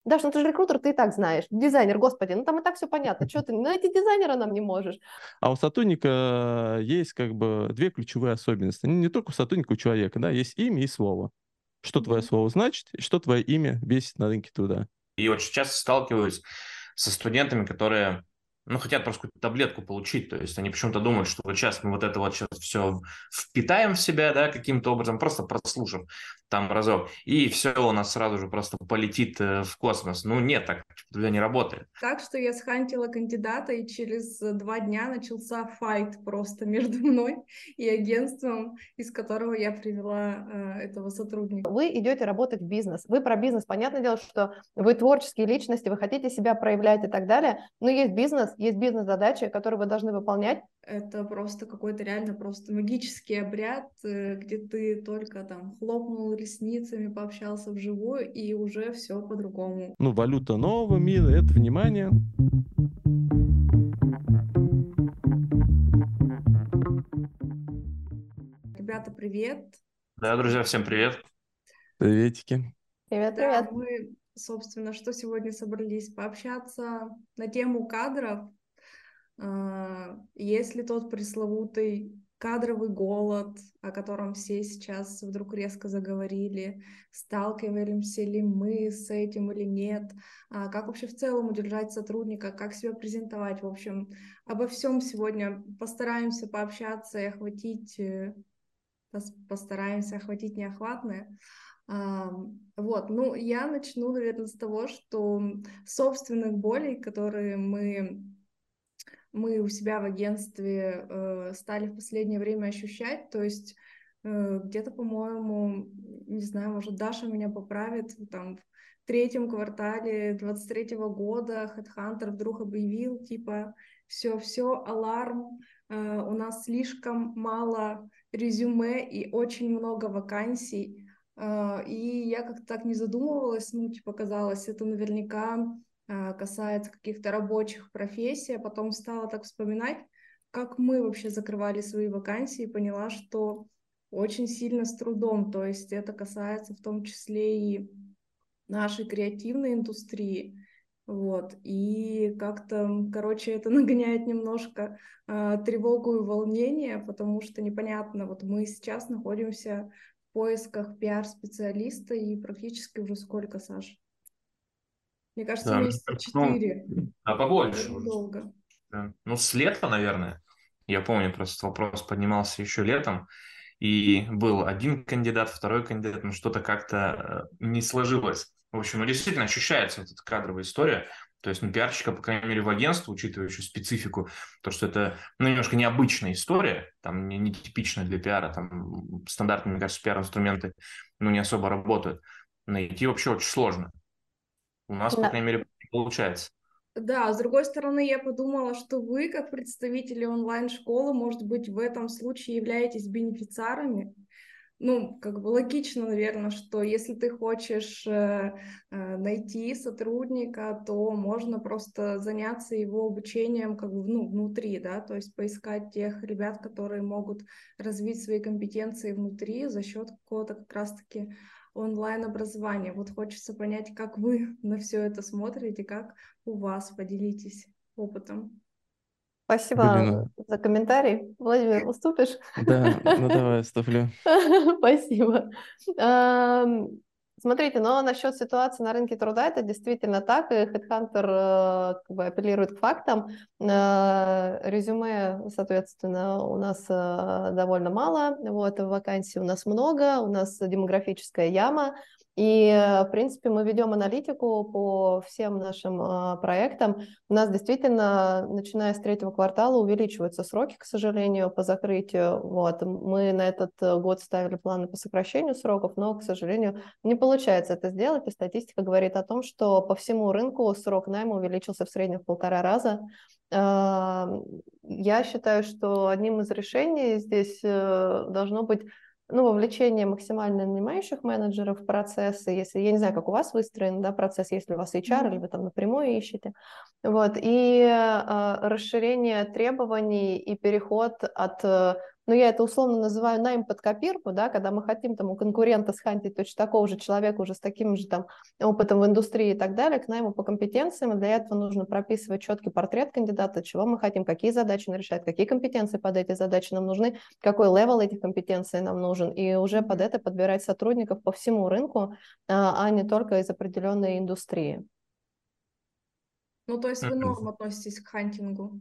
Даш, ну ты же рекрутер, ты и так знаешь. Дизайнер, господи, ну там и так все понятно. Что ты найти дизайнера нам не можешь? А у сотрудника есть как бы две ключевые особенности. Не только у сотрудника, у человека, да, есть имя и слово. Что твое Мгм. слово значит, и что твое имя весит на рынке труда. И очень часто сталкиваюсь со студентами, которые, ну, хотят просто какую-то таблетку получить, то есть они почему-то думают, что вот сейчас мы вот это вот сейчас все впитаем в себя, да, каким-то образом, просто прослушав там разок, и все у нас сразу же просто полетит в космос. Ну, нет, так туда не работает. Так что я схантила кандидата, и через 2 дня начался файт просто между мной и агентством, из которого я привела этого сотрудника. Вы идете работать в бизнес, вы про бизнес. Понятное дело, что вы творческие личности, вы хотите себя проявлять и так далее, но есть бизнес-задачи, которые вы должны выполнять. Это просто какой-то реально просто магический обряд, где ты только там хлопнул ресницами, пообщался вживую, и уже все по-другому. Ну, валюта нового мира — это внимание. Ребята, привет! Да, друзья, всем привет. Приветики. Привет, Да, привет. мы, собственно, что сегодня собрались пообщаться на тему кадров. Есть ли тот пресловутый кадровый голод, о котором все сейчас вдруг резко заговорили, сталкиваемся ли мы с этим или нет, как вообще в целом удержать сотрудника, как себя презентовать, в общем, обо всем сегодня постараемся пообщаться и постараемся охватить неохватное. Вот, ну, я начну, наверное, с того, что собственных болей, которые мы у себя в агентстве стали в последнее время ощущать, то есть где-то, по-моему, не знаю, может, Даша меня поправит, там, в 3-м квартале 23-го года HeadHunter вдруг объявил, типа, все, аларм, у нас слишком мало резюме и очень много вакансий, и я как-то так не задумывалась, ну, типа, казалось, это наверняка касается каких-то рабочих профессий, а потом стала так вспоминать, как мы вообще закрывали свои вакансии, и поняла, что очень сильно с трудом, то есть это касается в том числе и нашей креативной индустрии, вот, и как-то, короче, это нагоняет немножко тревогу и волнение, потому что непонятно, вот мы сейчас находимся в поисках пиар-специалиста, и практически уже сколько, Саш? Мне кажется, Да, месяца ну, 4. а побольше Довольно уже. долго. Да. Ну, с лета, наверное. Я помню, просто вопрос поднимался еще летом. И был один кандидат, второй кандидат, но что-то как-то не сложилось. В общем, ну, действительно ощущается эта кадровая история. То есть, ну, пиарщика, по крайней мере, в агентстве, учитывая еще специфику, то, что это, ну, немножко необычная история, там, не типичная для пиара, там, стандартные, мне кажется, пиар-инструменты, ну, не особо работают. Найти вообще очень сложно. У нас, по Да. крайней мере, получается. Да, с другой стороны, я подумала, что вы, как представители онлайн-школы, может быть, в этом случае являетесь бенефициарами. Ну, как бы логично, наверное, что если ты хочешь найти сотрудника, то можно просто заняться его обучением как бы, ну, внутри, да, то есть поискать тех ребят, которые могут развить свои компетенции внутри за счет какого-то как раз-таки онлайн-образования. Вот хочется понять, как вы на все это смотрите, как у вас, поделитесь опытом. Блин, Спасибо за комментарий. Владимир, уступишь? да, ну давай, ставлю. Спасибо. Смотрите, но насчет ситуации на рынке труда это действительно так, и HeadHunter как бы апеллирует к фактам. Резюме, соответственно, у нас довольно мало, вот, вакансий у нас много, у нас демографическая яма, и, в принципе, мы ведем аналитику по всем нашим проектам. У нас действительно, начиная с 3-го квартала, увеличиваются сроки, к сожалению, по закрытию. Вот. Мы на этот год ставили планы по сокращению сроков, но, к сожалению, не получается это сделать. И статистика говорит о том, что по всему рынку срок найма увеличился в среднем в 1,5 раза. Я считаю, что одним из решений здесь должно быть вовлечение максимально нанимающих менеджеров в процессы, если, я не знаю, как у вас выстроен, да, процесс, если у вас HR, или вы там напрямую ищете, вот, и расширение требований и переход от но я это условно называю найм под копирку, да, когда мы хотим там у конкурента схантить точно такого же человека уже с таким же там опытом в индустрии и так далее, к найму по компетенциям, и для этого нужно прописывать четкий портрет кандидата, чего мы хотим, какие задачи он решает, какие компетенции под эти задачи нам нужны, какой левел этих компетенций нам нужен, и уже под это подбирать сотрудников по всему рынку, а не только из определенной индустрии. Ну, то есть вы норм относитесь к хантингу?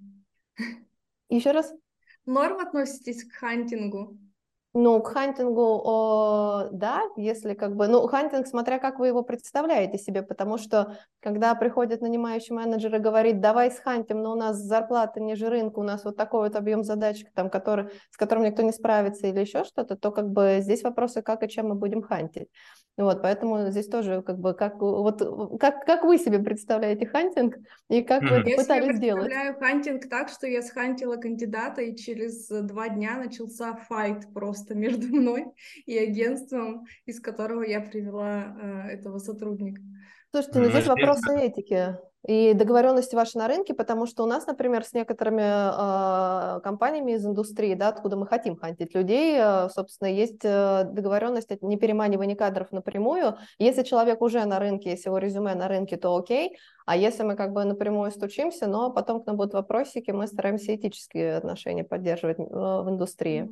Еще раз? Норм относитесь к хантингу? Ну, к хантингу, да, если как бы, ну, хантинг, смотря как вы его представляете себе, потому что, когда приходит нанимающий менеджер и говорит, давай схантим, но у нас зарплата ниже рынка, у нас вот такой вот объем задач, там, с которым никто не справится или еще что-то, то как бы здесь вопросы, как и чем мы будем хантить. Вот, поэтому здесь тоже как бы, как вы себе представляете хантинг и как вы это Я себе пытались сделать? представляю хантинг так, что я схантила кандидата, и через 2 дня начался файт просто между мной и агентством, из которого я привела этого сотрудника. Слушайте, ну здесь вопросы этики и договоренности вашей на рынке, потому что у нас, например, с некоторыми компаниями из индустрии, да, откуда мы хотим хантить людей, собственно, есть договоренность о непереманивании кадров напрямую. Если человек уже на рынке, если его резюме на рынке, то окей, а если мы как бы напрямую стучимся, но потом к нам будут вопросики, мы стараемся этические отношения поддерживать в индустрии.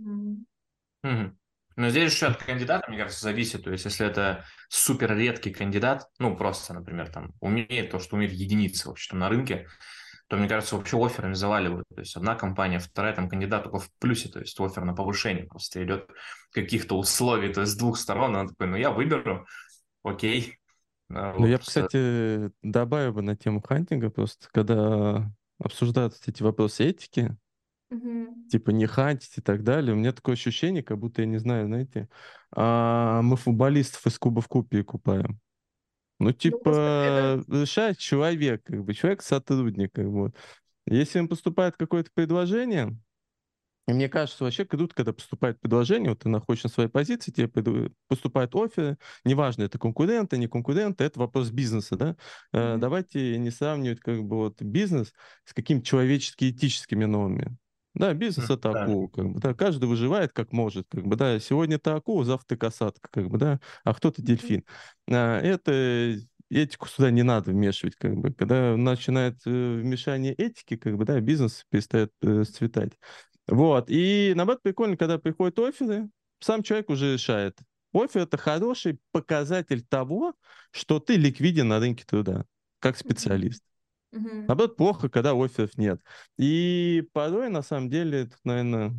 Но здесь еще от кандидата, мне кажется, зависит. То есть, если это супер редкий кандидат, ну, просто, например, там, умеет то, что умеет единицы вообще там на рынке, то, мне кажется, вообще офферами заваливают. То есть, одна компания, вторая, там, кандидат только в плюсе, то есть, оффер на повышение просто идет каких-то условий, то есть, с двух сторон, он такой, ну, я выберу, окей. Ну, я бы, кстати, добавил бы на тему хантинга, просто когда обсуждаются эти вопросы этики, типа не хантить и так далее, у меня такое ощущение, как будто, я не знаю, знаете, мы футболистов из куба в кубе купаем. Ну, типа, решает человек, как бы, человек-сотрудник, как бы. Если им поступает какое-то предложение, и мне кажется, вообще тут, когда поступает предложение, вот ты находишься на своей позиции, тебе поступают офферы, неважно, это конкуренты, не конкуренты, это вопрос бизнеса, да. Давайте не сравнивать как бы вот бизнес с какими-то человечески-этическими нормами. Да, бизнес это акула, как бы, да, каждый выживает как может, как бы, да, сегодня ты акула, завтра ты касатка, как бы, да, а кто-то дельфин. Это этику сюда не надо вмешивать, как бы, когда начинает вмешание этики, как бы, да, бизнес перестает расцветать. Вот, и наоборот прикольно, когда приходят офферы, сам человек уже решает. Оффер — это хороший показатель того, что ты ликвиден на рынке труда, как специалист. Наоборот, плохо, когда офферов нет. И порой, на самом деле, это, наверное,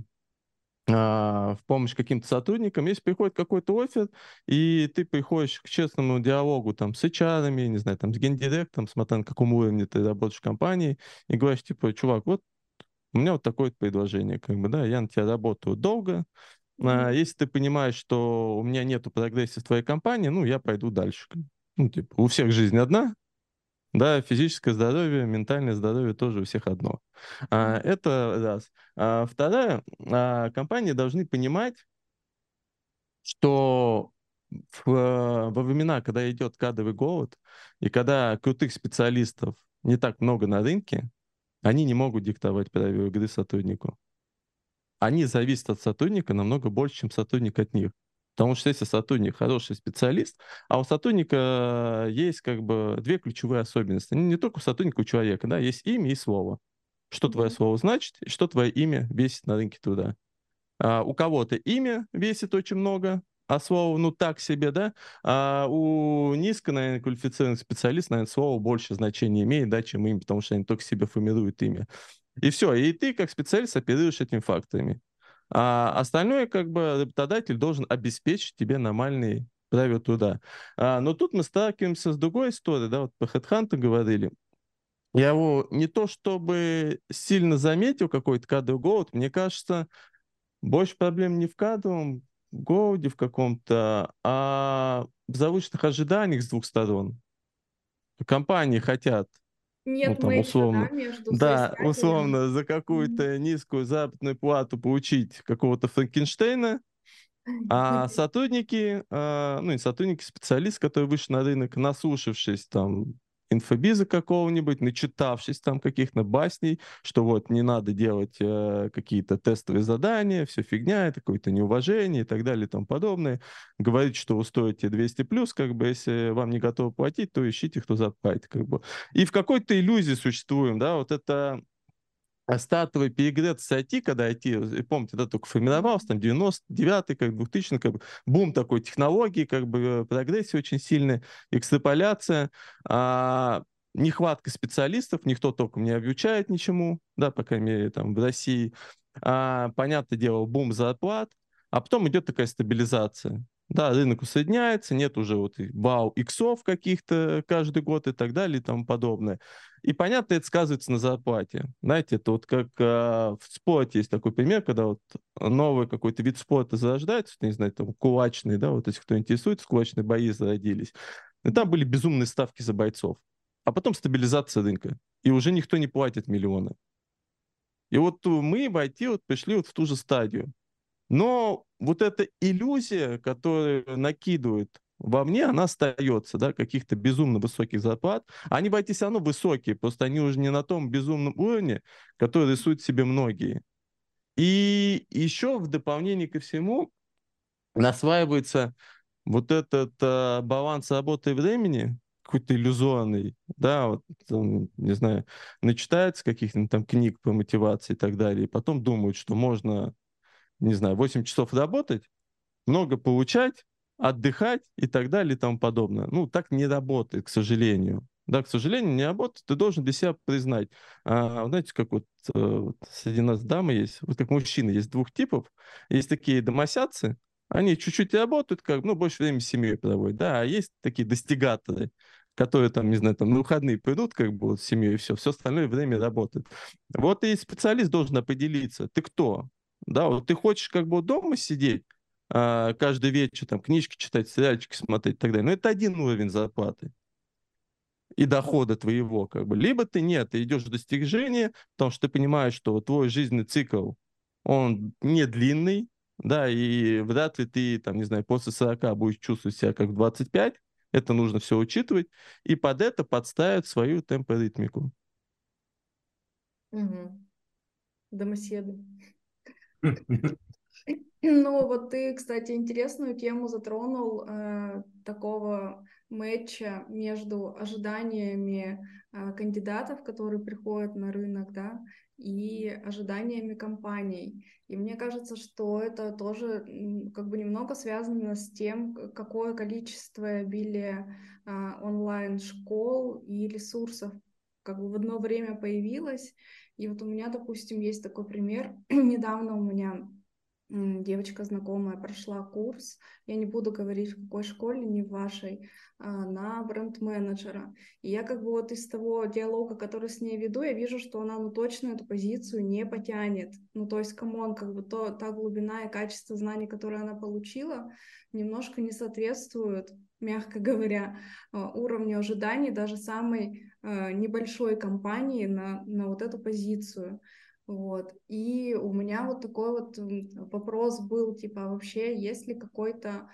в помощь каким-то сотрудникам, если приходит какой-то оффер, и ты приходишь к честному диалогу там, с HR, не знаю, там, с гендиректором, смотря на каком уровне ты работаешь в компании, и говоришь, типа, чувак, вот у меня вот такое предложение, как бы, да, я на тебя работаю долго. Если ты понимаешь, что у меня нету прогресса в твоей компании, ну, я пойду дальше. Ну, типа, у всех жизнь одна, да, физическое здоровье, ментальное здоровье тоже у всех одно. Это раз. Второе, компании должны понимать, что во времена, когда идет кадровый голод, и когда крутых специалистов не так много на рынке, они не могут диктовать правила игры сотруднику. Они зависят от сотрудника намного больше, чем сотрудник от них. Потому что если сотрудник хороший специалист, а у сотрудника есть как бы две ключевые особенности. Не только у сотрудника, у человека, да, есть имя и слово. Что твое слово значит, и что твое имя весит на рынке труда. У кого-то имя весит очень много, а слово, ну, так себе, да, а у низко, наверное, квалифицированных специалистов, наверное, слово больше значения имеет, да, чем имя, потому что они только себе формируют имя. И все, и ты как специалист оперируешь этими факторами. А остальное, как бы, работодатель должен обеспечить тебе нормальные правила труда. Но тут мы сталкиваемся с другой историей, да, вот по HeadHunter говорили. Я его не то чтобы сильно заметил, какой-то кадровый голод, мне кажется, больше проблем не в кадровом голоде в каком-то, а в завышенных ожиданиях с двух сторон. Компании хотят, ну, Нет там, мэча, да, условно, между да, соискателем. условно, за какую-то низкую заработную плату получить какого-то Франкенштейна, а сотрудники, ну, и сотрудники, специалисты, которые вышли на рынок, наслушавшись там инфобиза какого-нибудь, начитавшись там каких-то басней, что вот не надо делать какие-то тестовые задания, все фигня, это какое-то неуважение и так далее и тому подобное. Говорит, что вы стоите 200 плюс, как бы, если вам не готовы платить, то ищите, кто заплатит, как бы. И в какой-то иллюзии существуем, да, вот это стартовый перегрет с IT, когда IT, помните, да, только формировался, там, 99-й, как 2000-й, как бы, бум такой технологии, как бы, прогрессия очень сильная, экстраполяция, нехватка специалистов, никто толком не обучает ничему, да, по крайней мере, там, в России. Понятное дело, бум зарплат, а потом идет такая стабилизация. Да, рынок усредняется, нет уже вот вау иксов каких-то каждый год и так далее и тому подобное. И понятно, это сказывается на зарплате. Знаете, это вот как в спорте есть такой пример, когда вот новый какой-то вид спорта зарождается, не знаю, там кулачные, да, вот если кто интересуется, кулачные бои зародились. И там были безумные ставки за бойцов. А потом стабилизация рынка. И уже никто не платит миллионы. И вот мы в IT вот пришли вот в ту же стадию. Но вот эта иллюзия, которую накидывают во мне, она остается, да, каких-то безумно высоких зарплат. Они в IT все равно высокие, просто они уже не на том безумном уровне, который рисуют себе многие. И еще в дополнение ко всему насваивается вот этот баланс работы и времени, какой-то иллюзорный, да, вот, не знаю, начитается каких-нибудь там книг по мотивации и так далее, и потом думают, что можно, не знаю, 8 часов работать, много получать, отдыхать и так далее и тому подобное. Ну, так не работает, к сожалению. Да, к сожалению, не работает. Ты должен для себя признать. Знаете, как вот среди нас дамы есть, вот как мужчины, есть двух типов. Есть такие домосядцы, они чуть-чуть работают, как, ну, больше времени с семьей проводят, да, а есть такие достигаторы, которые там, не знаю, там на выходные придут, как бы вот с семьей, и все остальное время работают. Вот и специалист должен определиться, ты кто? Да, вот ты хочешь как бы дома сидеть, каждый вечер там книжки читать, сериальчики смотреть и так далее. Но это один уровень зарплаты и дохода твоего, как бы. Либо ты нет, ты идешь в достижение, потому что ты понимаешь, что твой жизненный цикл, он не длинный, да, и вряд ли ты, там, не знаю, после 40 будешь чувствовать себя как в 25, это нужно все учитывать, и под это подставить свою темпоритмику. Угу. Домоседы. Ну, вот ты, кстати, интересную тему затронул такого мэтча между ожиданиями кандидатов, которые приходят на рынок, да, и ожиданиями компаний. И мне кажется, что это тоже как бы немного связано с тем, какое количество и обилие онлайн-школ и ресурсов как бы в одно время появилось. И вот у меня, допустим, есть такой пример. Недавно у меня девочка знакомая прошла курс, я не буду говорить, в какой школе, не в вашей, на бренд-менеджера. И я как бы вот из того диалога, который с ней веду, я вижу, что она ну точно эту позицию не потянет. Ну то есть, камон, как бы та глубина и качество знаний, которые она получила, немножко не соответствуют, мягко говоря, уровню ожиданий даже самой небольшой компании на вот эту позицию. Вот. И у меня вот такой вот вопрос был, типа, вообще, есть ли какой-то,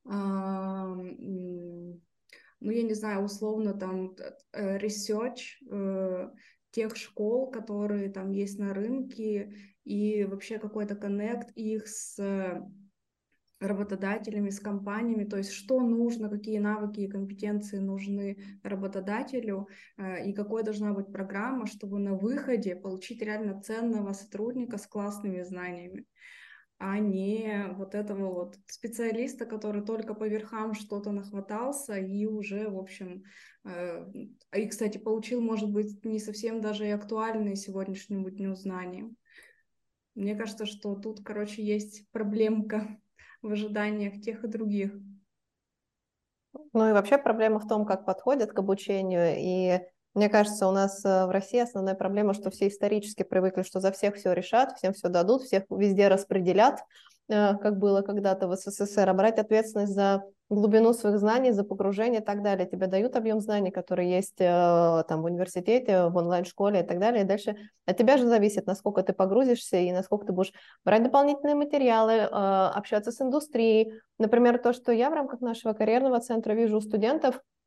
ну, я не знаю, условно, там, research тех школ, которые там есть на рынке, и вообще какой-то коннект их с работодателями, с компаниями, то есть что нужно, какие навыки и компетенции нужны работодателю, и какой должна быть программа, чтобы на выходе получить реально ценного сотрудника с классными знаниями, а не вот этого вот специалиста, который только по верхам что-то нахватался и уже, в общем, и, кстати, получил, может быть, не совсем даже и актуальные сегодняшнему дню знания. Мне кажется, что тут, короче, есть проблемка в ожиданиях тех и других. Ну и вообще проблема в том, как подходят к обучению. И мне кажется, у нас в России основная проблема, что все исторически привыкли, что за всех все решат, всем все дадут, всех везде распределят, как было когда-то в СССР, а брать ответственность за глубину своих знаний, за погружение и так далее. Тебе дают объем знаний, который есть там в университете, в онлайн-школе и так далее. И дальше от тебя же зависит, насколько ты погрузишься и насколько ты будешь брать дополнительные материалы, общаться с индустрией. Например, то, что я в рамках нашего карьерного центра вижу у студентов,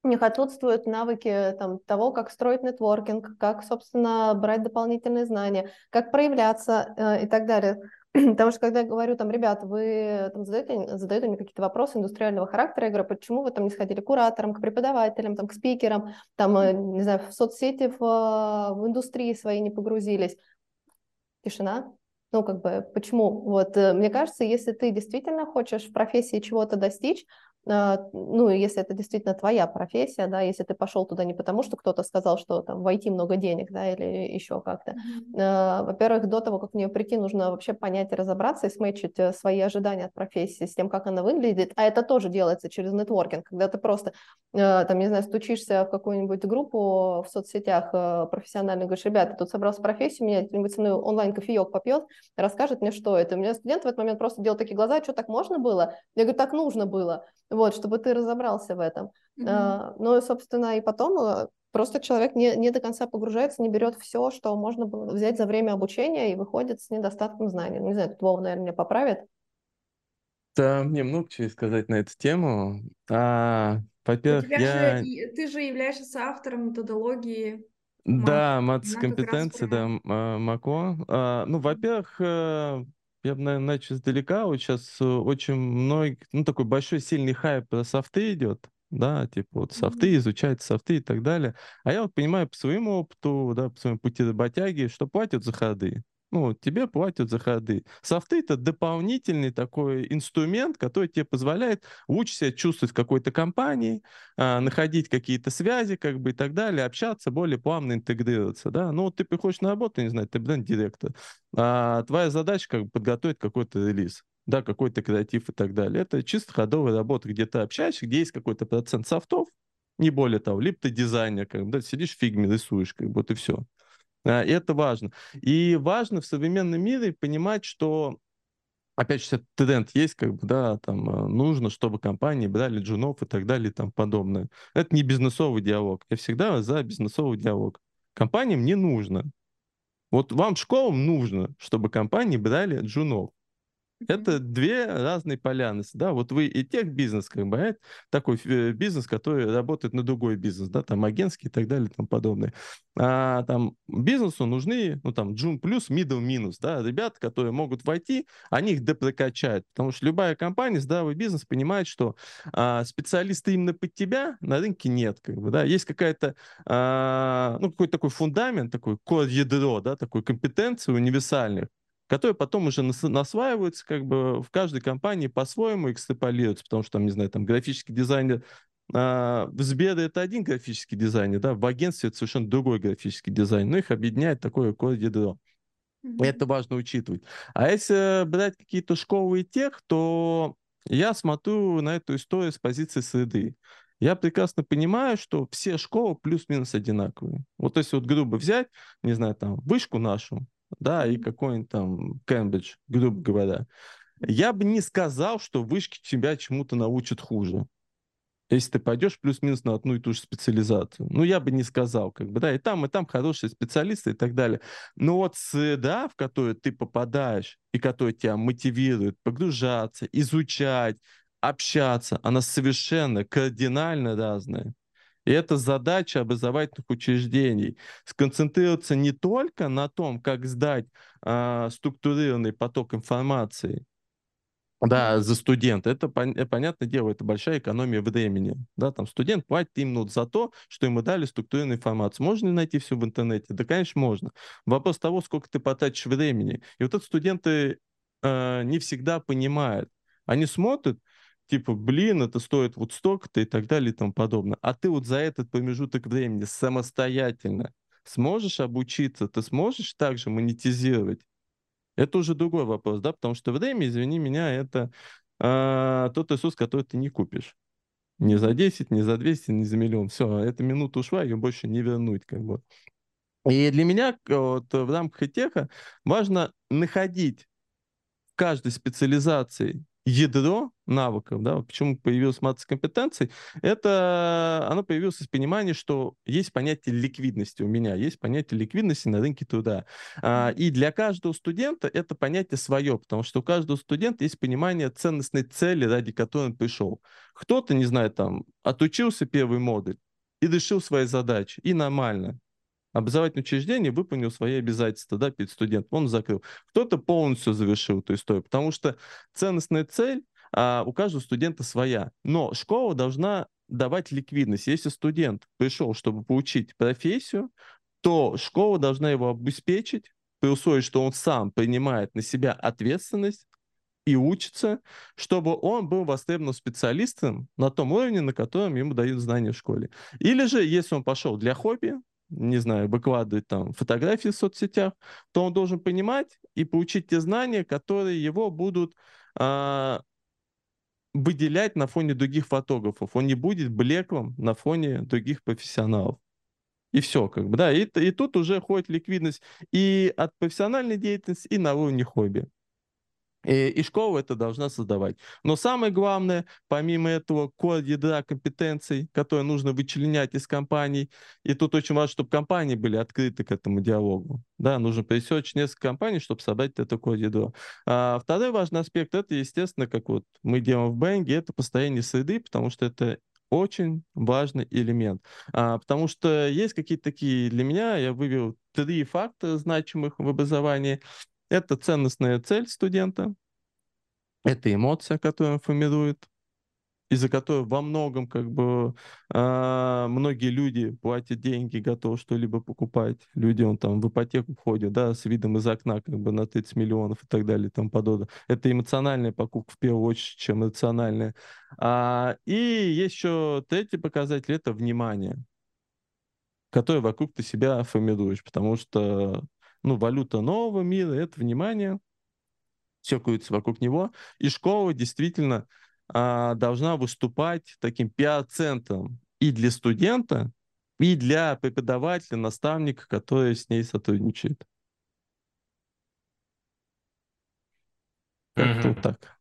У них отсутствуют навыки там, того, как строить нетворкинг, как, собственно, брать дополнительные знания, как проявляться и так далее. Потому что когда я говорю, там, ребят, вы там, задаете мне какие-то вопросы индустриального характера, я говорю, почему вы там не сходили к кураторам, к преподавателям, там, к спикерам, там, не знаю, в соцсети, в индустрии своей не погрузились. Тишина. Ну, как бы, почему? Вот, мне кажется, если ты действительно хочешь в профессии чего-то достичь, ну, если это действительно твоя профессия, да, если ты пошел туда не потому, что кто-то сказал, что там в IT много денег, да, или еще как-то. Во-первых, до того, как в нее прийти, нужно вообще понять и разобраться, и сметчить свои ожидания от профессии с тем, как она выглядит, а это тоже делается через нетворкинг, когда ты просто, там, не знаю, стучишься в какую-нибудь группу в соцсетях профессионально, говоришь, ребята, тут собрался профессию, меня кто-нибудь со мной онлайн-кофеек попьет, расскажет мне, что это. У меня студент в этот момент просто делал такие глаза, что так можно было? Я говорю, так нужно было. Вот, чтобы ты разобрался в этом. Ну, собственно, и потом просто человек не до конца погружается, не берет все, что можно было взять за время обучения и выходит с недостатком знаний. Ну, не знаю, тут Вова, наверное, меня поправит. Да, мне много чего сказать на эту тему. Во-первых, Ты же являешься соавтором методологии МАКО. Да, Она как раз компетенции, да, МАКО. Ну, во-первых, я бы, наверное, начал издалека. Вот сейчас очень много, ну, такой большой сильный хайп про софты идет, да, типа вот софты, изучать софты и так далее. А я вот понимаю по своему опыту, да, по своему пути работяги, что платят за ходы. Ну, тебе платят за ходы. Софты — это дополнительный такой инструмент, который тебе позволяет лучше себя чувствовать в какой-то компании, находить какие-то связи, как бы, и так далее, общаться, более плавно интегрироваться, да. Ну, вот ты приходишь на работу, не знаю, ты бренд-директор, твоя задача как бы подготовить какой-то релиз, да, какой-то креатив и так далее. Это чисто ходовая работа, где ты общаешься, где есть какой-то процент софтов, не более того, либо ты дизайнер, как бы, да, сидишь в фигме, рисуешь, как бы, вот и все. И это важно. И важно в современном мире понимать, что опять же, этот тренд есть, как бы, да, там, нужно, чтобы компании брали джунов и так далее и тому подобное. Это не бизнесовый диалог. Я всегда за бизнесовый диалог. Компаниям не нужно. Вот вам, школам, нужно, чтобы компании брали джунов. Это две разные полярности, да, вот вы и техбизнес, как бы, а это такой бизнес, который работает на другой бизнес, да, там агентский и так далее и тому подобное. А там бизнесу нужны, ну, там, джун плюс, middle минус, да, ребята, которые могут войти, они их допрокачают, потому что любая компания, здравый бизнес понимает, что специалисты именно под тебя на рынке нет, как бы, да, есть какая-то, ну, какой-то такой фундамент, такой ядро, да, такой компетенции универсальных, которые потом уже насваиваются как бы в каждой компании по-своему, экстраполируются, потому что там, не знаю, там графический дизайнер в Сбере это один графический дизайнер, да, в агентстве это совершенно другой графический дизайн, но их объединяет такое ядро. И это важно учитывать. А если брать какие-то школы и тех, то я смотрю на эту историю с позиции среды. Я прекрасно понимаю, что все школы плюс-минус одинаковые. Вот если вот грубо взять, не знаю, там, вышку нашу, да, и какой-нибудь там Кембридж, грубо говоря, я бы не сказал, что вышки тебя чему-то научат хуже, если ты пойдешь плюс-минус на одну и ту же специализацию. Ну, я бы не сказал, как бы, да, и там хорошие специалисты и так далее. Но вот среда, в которую ты попадаешь, и которая тебя мотивирует погружаться, изучать, общаться, она совершенно кардинально разная. И это задача образовательных учреждений. Сконцентрироваться не только на том, как сдать структурированный поток информации, да, за студента. Это, понятное дело, это большая экономия времени. Да, там студент платит именно вот за то, что ему дали структурированную информацию. Можно ли найти все в интернете? Да, конечно, можно. Вопрос того, сколько ты потратишь времени. И вот это студенты не всегда понимают. Они смотрят, типа, блин, это стоит вот столько-то и так далее и тому подобное. А ты вот за этот промежуток времени самостоятельно сможешь обучиться, ты сможешь также монетизировать? Это уже другой вопрос, да, потому что время, извини меня, это тот ресурс, который ты не купишь. Не за 10, не за 200, не за миллион. Все, эта минута ушла, ее больше не вернуть, как бы. И для меня вот, в рамках ИТЕХа важно находить в каждой специализации ядро навыков, да, вот почему появилась матрица компетенций, это оно появилось из понимания, что есть понятие ликвидности у меня, есть понятие ликвидности на рынке труда. И для каждого студента это понятие свое, потому что у каждого студента есть понимание ценностной цели, ради которой он пришел. Кто-то, не знаю, там, отучился первый модуль и решил свои задачи, и нормально. Образовательное учреждение выполнил свои обязательства, да, перед студентом, он закрыл. Кто-то полностью завершил эту историю, потому что ценностная цель у каждого студента своя. Но школа должна давать ликвидность. Если студент пришел, чтобы получить профессию, то школа должна его обеспечить при условии, что он сам принимает на себя ответственность и учится, чтобы он был востребованным специалистом на том уровне, на котором ему дают знания в школе. Или же, если он пошел для хобби, не знаю, выкладывать там фотографии в соцсетях, то он должен понимать и получить те знания, которые его будут выделять на фоне других фотографов. Он не будет блеклым на фоне других профессионалов. И все, как бы, да. И тут уже ходит ликвидность и от профессиональной деятельности, и на уровне хобби. И школа это должна создавать. Но самое главное, помимо этого код ядра компетенций, которые нужно вычленять из компаний, и тут очень важно, чтобы компании были открыты к этому диалогу. Да, нужно пресечь несколько компаний, чтобы создать это код ядро. Второй важный аспект, это, естественно, как вот мы делаем в Бэнге, это построение среды, потому что это очень важный элемент. Потому что есть какие-то такие, для меня, я вывел 3 фактора значимых в образовании. Это ценностная цель студента, это эмоция, которую он формирует, из-за которой во многом как бы многие люди платят деньги, готовы что-либо покупать. Люди, он там в ипотеку входит, да, с видом из окна как бы на 30 миллионов и так далее и тому подобное. Это эмоциональная покупка в первую очередь, чем рациональная. И есть еще третий показатель, это внимание, которое вокруг ты себя формируешь, потому что ну, валюта нового мира — это внимание, все крутится вокруг него, и школа действительно должна выступать таким пиар-центром и для студента, и для преподавателя, наставника, который с ней сотрудничает. Как-то вот так.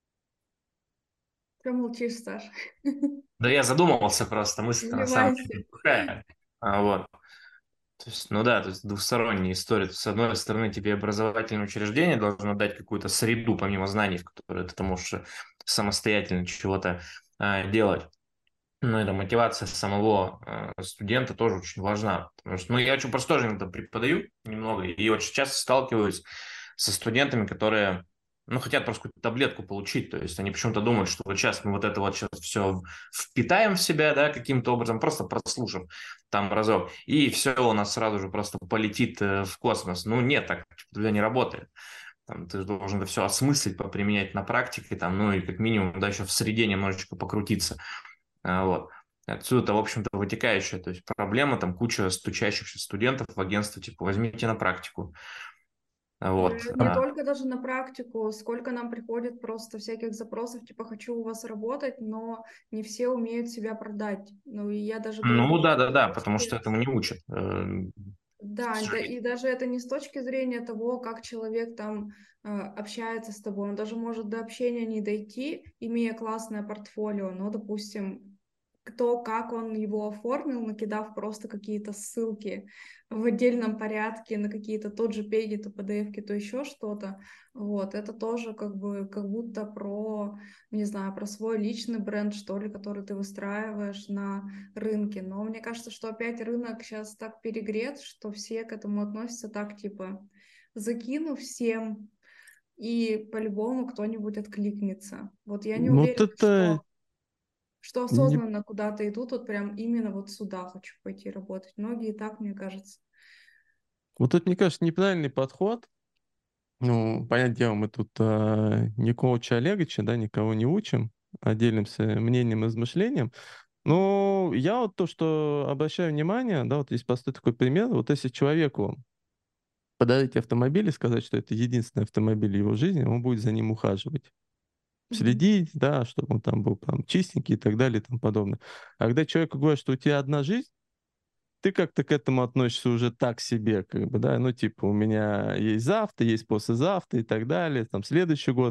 Ты молчишь, Саш. Да я задумывался просто, мысль на самом деле Вливайся. такая. Вот. То есть, ну да, то есть двухсторонняя история. То есть, с одной стороны, тебе образовательное учреждение должно дать какую-то среду, помимо знаний, в которой ты можешь самостоятельно чего-то делать. Ну, эта мотивация самого студента тоже очень важна. Потому что, ну, я очень просто тоже иногда преподаю немного, и очень часто сталкиваюсь со студентами, которые, ну, хотят просто какую-то таблетку получить. То есть они почему-то думают, что вот сейчас мы вот это вот сейчас все впитаем в себя, да, каким-то образом, просто прослушав там разок, и все у нас сразу же просто полетит в космос. Ну, нет, так туда не работает. Там, ты должен это все осмыслить, поприменять на практике, там, ну и как минимум, да, еще в среде немножечко покрутиться. Вот. Отсюда, в общем-то, вытекающая, то есть проблема, там куча стучащихся студентов в агентство, типа, возьмите на практику. Вот. Не только даже на практику, сколько нам приходит просто всяких запросов, типа, хочу у вас работать, но не все умеют себя продать. Ну, и я даже говорю... Ну, да, потому что этому не учат. Да, и даже это не с точки зрения того, как человек там общается с тобой. Он даже может до общения не дойти, имея классное портфолио, но, допустим, кто, как он его оформил, накидав просто какие-то ссылки в отдельном порядке на какие-то тот же пеги, то PDF-ки, то еще что-то. Вот, это тоже как бы как будто про, не знаю, про свой личный бренд, что ли, который ты выстраиваешь на рынке. Но мне кажется, что опять рынок сейчас так перегрет, что все к этому относятся так, типа, закину всем, и по-любому кто-нибудь откликнется. Вот я не Вот уверена, это что не... осознанно куда-то идут, вот прям именно вот сюда хочу пойти работать. Многие так, мне кажется. Вот это, мне кажется, неправильный подход. Ну, понятное дело, мы тут не коуча Олеговича, да, никого не учим, а делимся мнением и размышлением. Но я вот то, что обращаю внимание, да, вот есть простой такой пример. Вот если человеку подарить автомобиль и сказать, что это единственный автомобиль в его жизни, он будет за ним ухаживать, следить, да, чтобы он там был там чистенький и так далее и тому подобное. А когда человеку говорят, что у тебя одна жизнь, ты как-то к этому относишься уже так себе, как бы, да, ну, типа, у меня есть завтра, есть послезавтра и так далее, там, следующий год.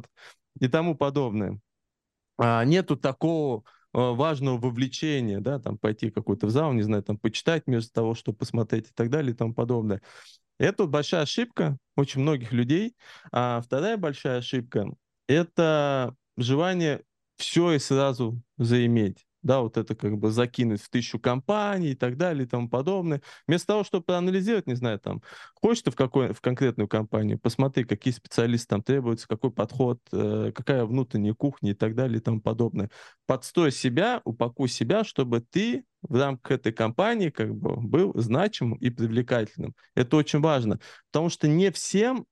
и тому подобное. Нету такого важного вовлечения, да, там пойти какой-то в зал, не знаю, там почитать вместо того, чтобы посмотреть и так далее и тому подобное. Это большая ошибка очень многих людей. А вторая большая ошибка — это желание все и сразу заиметь. Да, вот это как бы закинуть в 1000 компаний и так далее и тому подобное. Вместо того, чтобы проанализировать, не знаю, там, хочешь ты в конкретную компанию, посмотри, какие специалисты там требуются, какой подход, какая внутренняя кухня и так далее и тому подобное. Подстрой себя, упакуй себя, чтобы ты в рамках этой компании как бы был значимым и привлекательным. Это очень важно, потому что не всем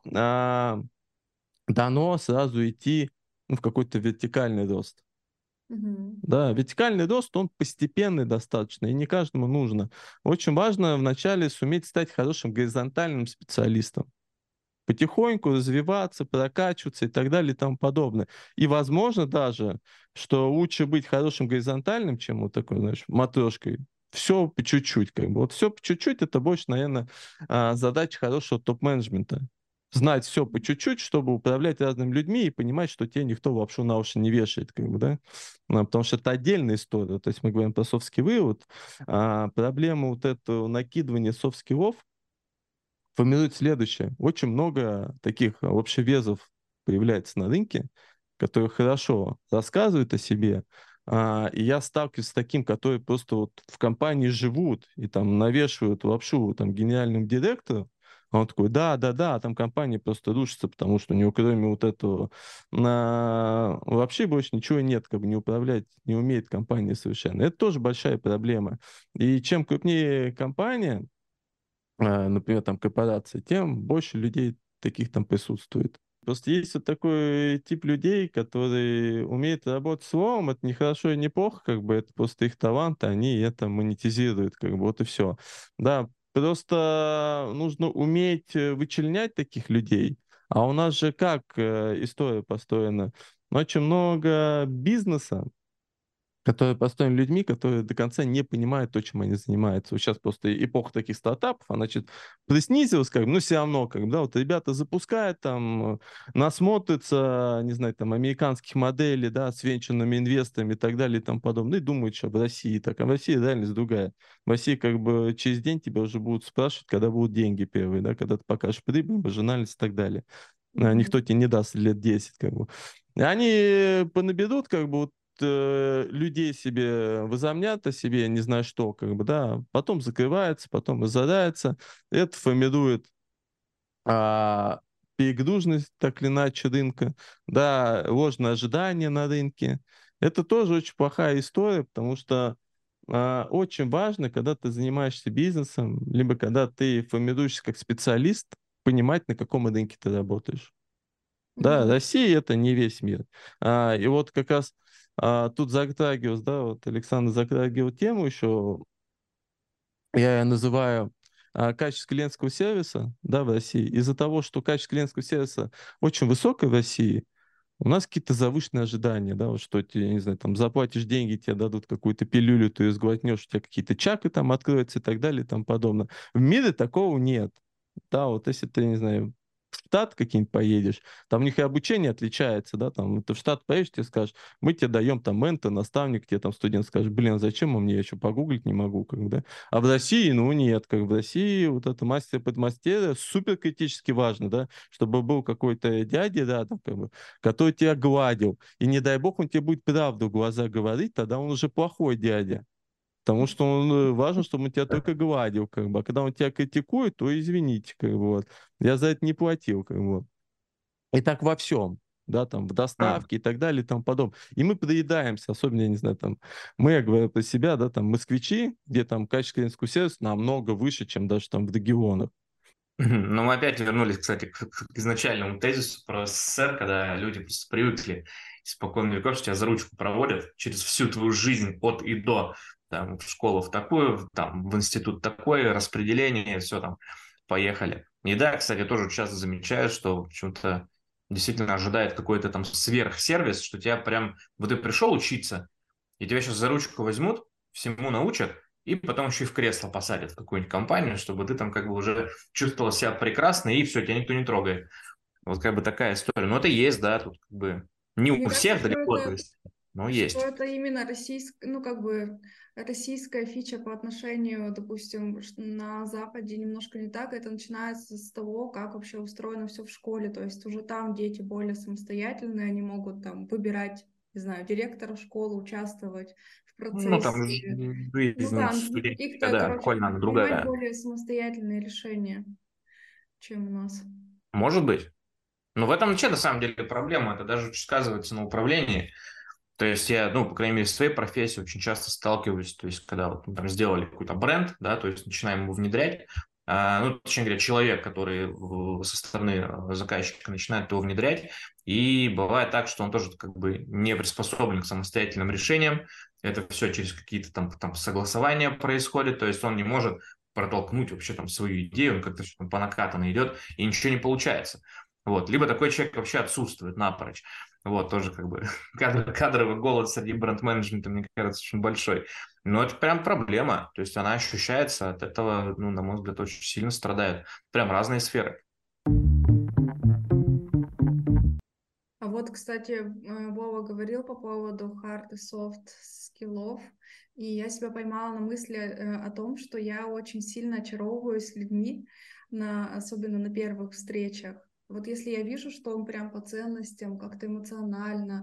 дано сразу идти в какой-то вертикальный рост. Да, вертикальный рост, он постепенный достаточно, и не каждому нужно. Очень важно вначале суметь стать хорошим горизонтальным специалистом. Потихоньку развиваться, прокачиваться и так далее и тому подобное. И возможно даже, что лучше быть хорошим горизонтальным, чем вот такой, знаешь, матрешкой. Все по чуть-чуть, как бы. Вот все по чуть-чуть — это больше, наверное, задача хорошего топ-менеджмента. Знать все по чуть-чуть, чтобы управлять разными людьми и понимать, что тебе никто вообще на уши не вешает, как бы, да? Потому что это отдельная история. То есть мы говорим про софт-скиллы, вот, проблема вот этого накидывания софт-скиллов формирует следующее. Очень много таких общевезов появляется на рынке, которые хорошо рассказывают о себе. И я сталкиваюсь с таким, которые просто вот в компании живут и там навешивают лапшу там генеральному директору. А он такой: да, а там компания просто рушится, потому что у него кроме вот этого вообще больше ничего нет, как бы не управлять, не умеет компания совершенно. Это тоже большая проблема. И чем крупнее компания, например, там корпорации, тем больше людей таких там присутствует. Просто есть вот такой тип людей, которые умеют работать словом. Это не хорошо и не плохо, как бы это просто их талант, они это монетизируют, как бы вот и все. Да, просто нужно уметь вычленять таких людей. А у нас же как история построена? Очень много бизнеса, которые построены людьми, которые до конца не понимают то, чем они занимаются. Вот сейчас просто эпоха таких стартапов, она значит, приснизилась, как бы, но все равно, как бы, да, вот ребята запускают там, насмотрятся, не знаю, там, американских моделей, да, с венчурными инвесторами и так далее и тому подобное, и думают, что в России так, а в России реальность другая. В России, как бы, через день тебя уже будут спрашивать, когда будут деньги первые, да, когда ты покажешь прибыль, маржинальность и так далее. Никто тебе не даст лет 10, как бы. И они понаберут, как бы, вот, людей себе возомнят о себе, не знаю что, как бы, да, потом закрывается, потом разоряется. Это формирует а, перегруженность, так или иначе, рынка, да, ложное ожидание на рынке. Это тоже очень плохая история, потому что очень важно, когда ты занимаешься бизнесом, либо когда ты формируешься как специалист, понимать, на каком рынке ты работаешь. Да, Россия — это не весь мир. И вот как раз тут затрагивалось, да, вот Александр затрагивал тему еще, я ее называю качество клиентского сервиса, да, в России. Из-за того, что качество клиентского сервиса очень высокое в России, у нас какие-то завышенные ожидания, да, вот что тебе, не знаю, там, заплатишь деньги, тебе дадут какую-то пилюлю, ты ее сглотнешь, у тебя какие-то чакры там откроются и так далее и тому подобное. В мире такого нет. Да, вот если ты, не знаю, в Штат какие-нибудь поедешь, там у них и обучение отличается, да, там ты в Штат поедешь, тебе скажешь, мы тебе даем там ментор, наставник, тебе там студент скажет, блин, а зачем он мне, я еще погуглить не могу, как бы, да. А в России, ну, нет, как в России вот это мастер-подмастерье супер критически важно, да, чтобы был какой-то дядя, да, там, как бы, который тебя гладил, и не дай бог он тебе будет правду в глаза говорить, тогда он уже плохой дядя. Потому что важно, чтобы он тебя только гладил, как бы. А когда он тебя критикует, то извините, как бы, вот. Я за это не платил, как бы. И так во всем, да, там, в доставке и так далее и тому подобное. И мы проедаемся, особенно, я не знаю, там, мы, я говорю про себя, да, там, москвичи, где там качество клиентского сервиса намного выше, чем даже там в регионах. Но мы опять вернулись, кстати, к изначальному тезису про СССР, когда люди просто привыкли испокон веков, что тебя за ручку проводят через всю твою жизнь от и до, там, в школу в такую, там, в институт такое, распределение, все там, поехали. И да, кстати, тоже часто замечаю, что почему-то действительно ожидает какой-то там сверхсервис, что тебя прям, вот ты пришел учиться, и тебя сейчас за ручку возьмут, всему научат, и потом еще и в кресло посадят в какую-нибудь компанию, чтобы ты там как бы уже чувствовал себя прекрасно, и все, тебя никто не трогает. Вот как бы такая история. Но это есть, да, тут как бы Не Мне у кажется, всех что далеко, то это, есть, но что есть. это именно ну, как бы российская фича по отношению, допустим, на Западе немножко не так. Это начинается с того, как вообще устроено все в школе. То есть уже там дети более самостоятельные, они могут там выбирать, не знаю, директора школы, участвовать в Ну, там процессе. Ну жизнь да, ну, студенческая, каких-то, да, короче, прикольно, она принимать другая. более самостоятельные решения, чем у нас. Может быть. Но в этом вообще, на самом деле, проблема. Это даже очень сказывается на управлении. То есть я, ну, по крайней мере, в своей профессии очень часто сталкиваюсь, то есть когда вот мы там сделали какой-то бренд, да, то есть начинаем его внедрять, ну, точнее говоря, человек, который со стороны заказчика начинает его внедрять, и бывает так, что он тоже как бы не приспособлен к самостоятельным решениям, это все через какие-то там согласования происходит, то есть он не может протолкнуть вообще там свою идею, он как-то там по накатанной идет, и ничего не получается. Вот. Либо такой человек вообще отсутствует напрочь. Вот, тоже как бы кадровый голод среди бренд-менеджмента, мне кажется, очень большой. Но это прям проблема. То есть она ощущается от этого, ну, на мой взгляд, очень сильно страдают. Прям разные сферы. А вот, кстати, Вова говорил по поводу hard и soft скиллов, и я себя поймала на мысли о том, что я очень сильно очаровываюсь людьми, особенно на первых встречах. Вот если я вижу, что он прям по ценностям, как-то эмоционально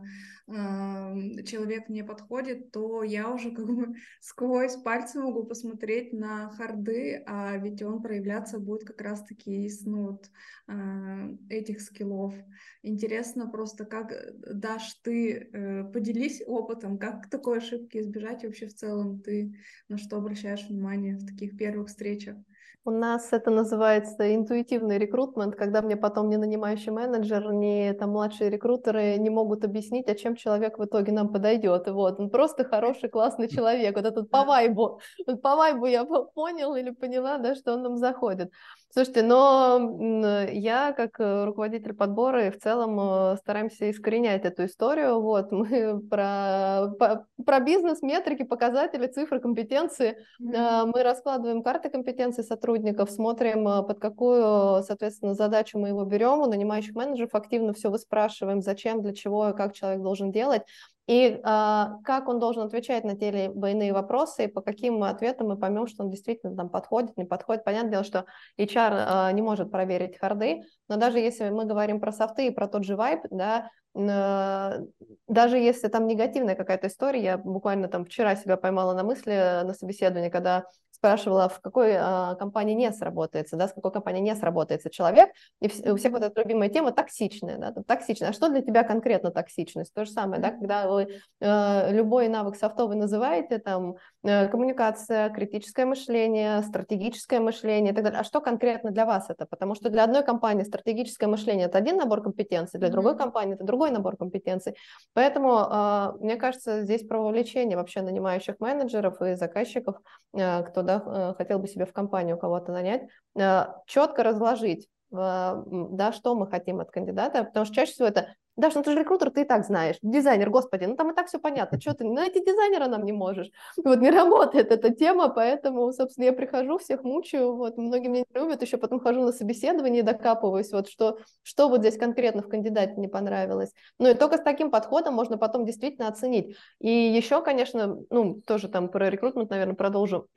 человек мне подходит, то я уже как бы сквозь пальцы могу посмотреть на харды, а ведь он проявляться будет как раз-таки из ну, вот, этих скиллов. Интересно просто, как, Даш, ты поделись опытом, как такой ошибки избежать и вообще в целом ты на что обращаешь внимание в таких первых встречах? У нас это называется интуитивный рекрутмент, когда мне потом ни нанимающий менеджер, ни там младшие рекрутеры не могут объяснить, а чем человек в итоге нам подойдет. Вот, он просто хороший, классный человек. Вот этот вот по вайбу я понял или поняла, да, что он нам заходит. Слушайте, но я как руководитель подбора и в целом стараемся искоренять эту историю. Вот, мы про бизнес, метрики, показатели, цифры, компетенции. Мы раскладываем карты компетенций сотрудников, смотрим, под какую, соответственно, задачу мы его берем. У нанимающих менеджеров активно все выспрашиваем, зачем, для чего, как человек должен делать. И как он должен отвечать на те или иные вопросы, и по каким ответам мы поймем, что он действительно там подходит, не подходит. Понятное дело, что HR не может проверить харды, но даже если мы говорим про софты и про тот же вайб, да, даже если там негативная какая-то история, я буквально там вчера себя поймала на мысли на собеседовании, когда спрашивала, в какой компании не сработается, да, с какой компанией не сработается человек, и у всех вот эта любимая тема токсичная, да, токсичная. А что для тебя конкретно токсичность? То же самое, да, когда вы любой навык софтовый называете, там, коммуникация, критическое мышление, стратегическое мышление и так далее. А что конкретно для вас это? Потому что для одной компании стратегическое мышление – это один набор компетенций, для другой компании – это другой набор компетенций. Поэтому, мне кажется, здесь про вовлечение вообще нанимающих менеджеров и заказчиков, кто хотел бы себе в компанию кого-то нанять, четко разложить, да, что мы хотим от кандидата, потому что чаще всего это: Даш, ну ты же рекрутер, ты и так знаешь, дизайнер, господи, ну там и так все понятно, что ты найти дизайнера нам не можешь. Вот не работает эта тема, поэтому, собственно, я прихожу, всех мучаю, вот, многие меня не любят, еще потом хожу на собеседование и докапываюсь, вот, что вот здесь конкретно в кандидате не понравилось. Ну и только с таким подходом можно потом действительно оценить. И еще, конечно, ну, тоже там про рекрутмент, наверное, продолжу.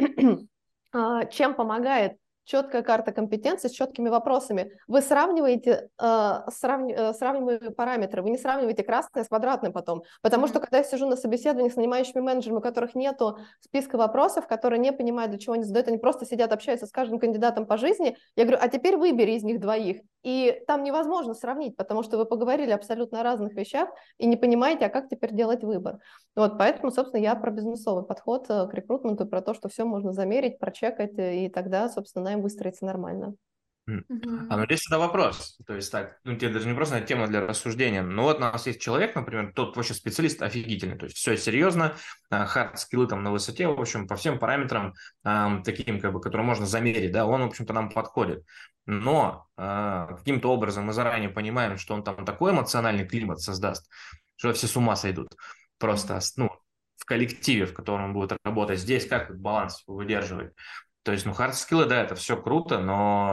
Чем помогает четкая карта компетенций с четкими вопросами? Вы сравниваете сравниваете параметры, вы не сравниваете красное с квадратным потом. Потому что, когда я сижу на собеседовании с нанимающими менеджерами, у которых нету списка вопросов, которые не понимают, для чего они задают, они просто сидят, общаются с каждым кандидатом по жизни, я говорю, а теперь выбери из них двоих. И там невозможно сравнить, потому что вы поговорили абсолютно о разных вещах и не понимаете, а как теперь делать выбор. Вот, поэтому, собственно, я про бизнесовый подход к рекрутменту, про то, что все можно замерить, прочекать, и тогда, собственно, найм выстроится нормально. Ну здесь всегда вопрос. То есть так, ну тебе даже не просто тема для рассуждения. Но вот у нас есть человек, например, тот вообще специалист офигительный. То есть все серьезно, хард-скиллы там на высоте, в общем, по всем параметрам таким, как бы, которые можно замерить, да, он, в общем-то, нам подходит. Но каким-то образом мы заранее понимаем, что он там такой эмоциональный климат создаст, что все с ума сойдут. Просто, ну, в коллективе, в котором он будет работать. Здесь как баланс выдерживать. То есть, ну, хард-скиллы, да, это все круто, но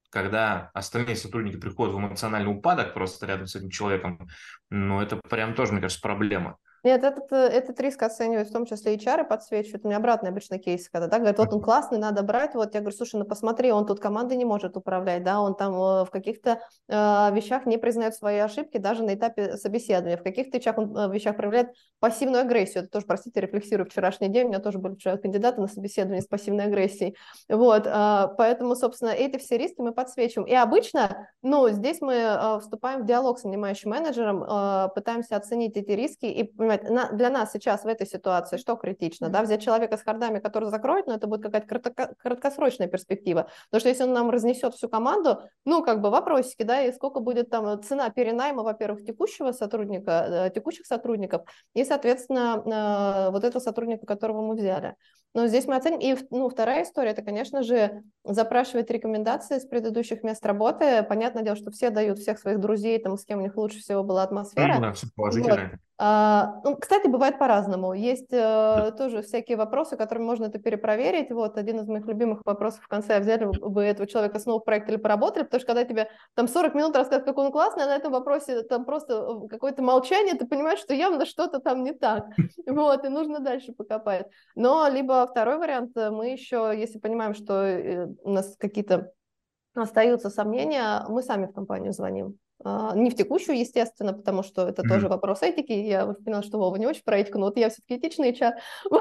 когда остальные сотрудники приходят в эмоциональный упадок просто рядом с этим человеком, ну, это прям тоже, мне кажется, проблема. Нет, этот риск оценивают в том числе HR и подсвечивают. У меня обратный обычно кейс, когда, да, говорят, вот он классный, надо брать. Вот я говорю, слушай, ну посмотри, он тут командой не может управлять, да, он там в каких-то вещах не признает свои ошибки даже на этапе собеседования. В каких-то вещах проявляет пассивную агрессию. Это тоже, простите, рефлексирую вчерашний день, у меня тоже были кандидаты на собеседование с пассивной агрессией. Вот, поэтому, собственно, эти все риски мы подсвечиваем. И обычно, ну, здесь мы вступаем в диалог с нанимающим менеджером, пытаемся оценить эти риски и для нас сейчас в этой ситуации что критично, да, взять человека с хардами, который закроет, но это будет какая-то краткосрочная перспектива, потому что если он нам разнесет всю команду, ну, как бы вопросики, да, и сколько будет там цена перенайма, во-первых, текущих сотрудников, и, соответственно, вот этого сотрудника, которого мы взяли. Но здесь мы оценим. И, ну, вторая история, это, конечно же, запрашивать рекомендации с предыдущих мест работы. Понятное дело, что все дают всех своих друзей, там, с кем у них лучше всего была атмосфера. Да, все положительное. Вот. Ну, кстати, бывает по-разному. Есть тоже всякие вопросы, которыми можно это перепроверить. Вот один из моих любимых вопросов в конце: взяли бы этого человека снова в проект или поработали, потому что когда тебе там 40 минут рассказывают, какой он классный, а на этом вопросе там просто какое-то молчание, ты понимаешь, что явно что-то там не так. Вот, и нужно дальше покопать. Но либо второй вариант, мы еще, если понимаем, что у нас какие-то остаются сомнения, мы сами в компанию звоним. Не в текущую, естественно, потому что это тоже вопрос этики. Я поняла, что Вова не очень про этику, но вот я все-таки этичный HR.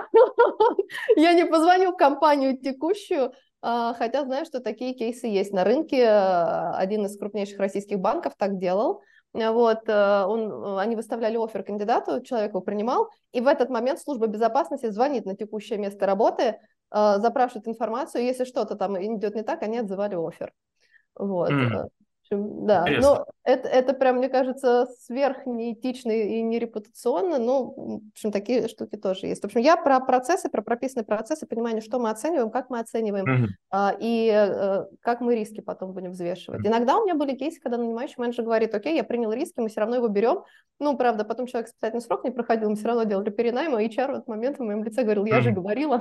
Я не позвоню в компанию текущую, хотя знаю, что такие кейсы есть на рынке. Один из крупнейших российских банков так делал. Вот, они выставляли оффер кандидату, человек его принимал, и в этот момент служба безопасности звонит на текущее место работы, запрашивает информацию, если что-то там идет не так, они отзывали оффер. Вот. Да, Интересно. но это прям, мне кажется, сверх неэтично и нерепутационно, но, в общем, такие штуки тоже есть. В общем, я про процессы, про прописанные процессы, понимание, что мы оцениваем, как мы оцениваем, и как мы риски потом будем взвешивать. Иногда у меня были кейсы, когда нанимающий менеджер говорит: окей, я принял риски, мы все равно его берем. Ну, правда, потом человек испытательный срок не проходил, мы все равно делали перенайм, а HR в этот момент в моем лице говорил: я же говорила.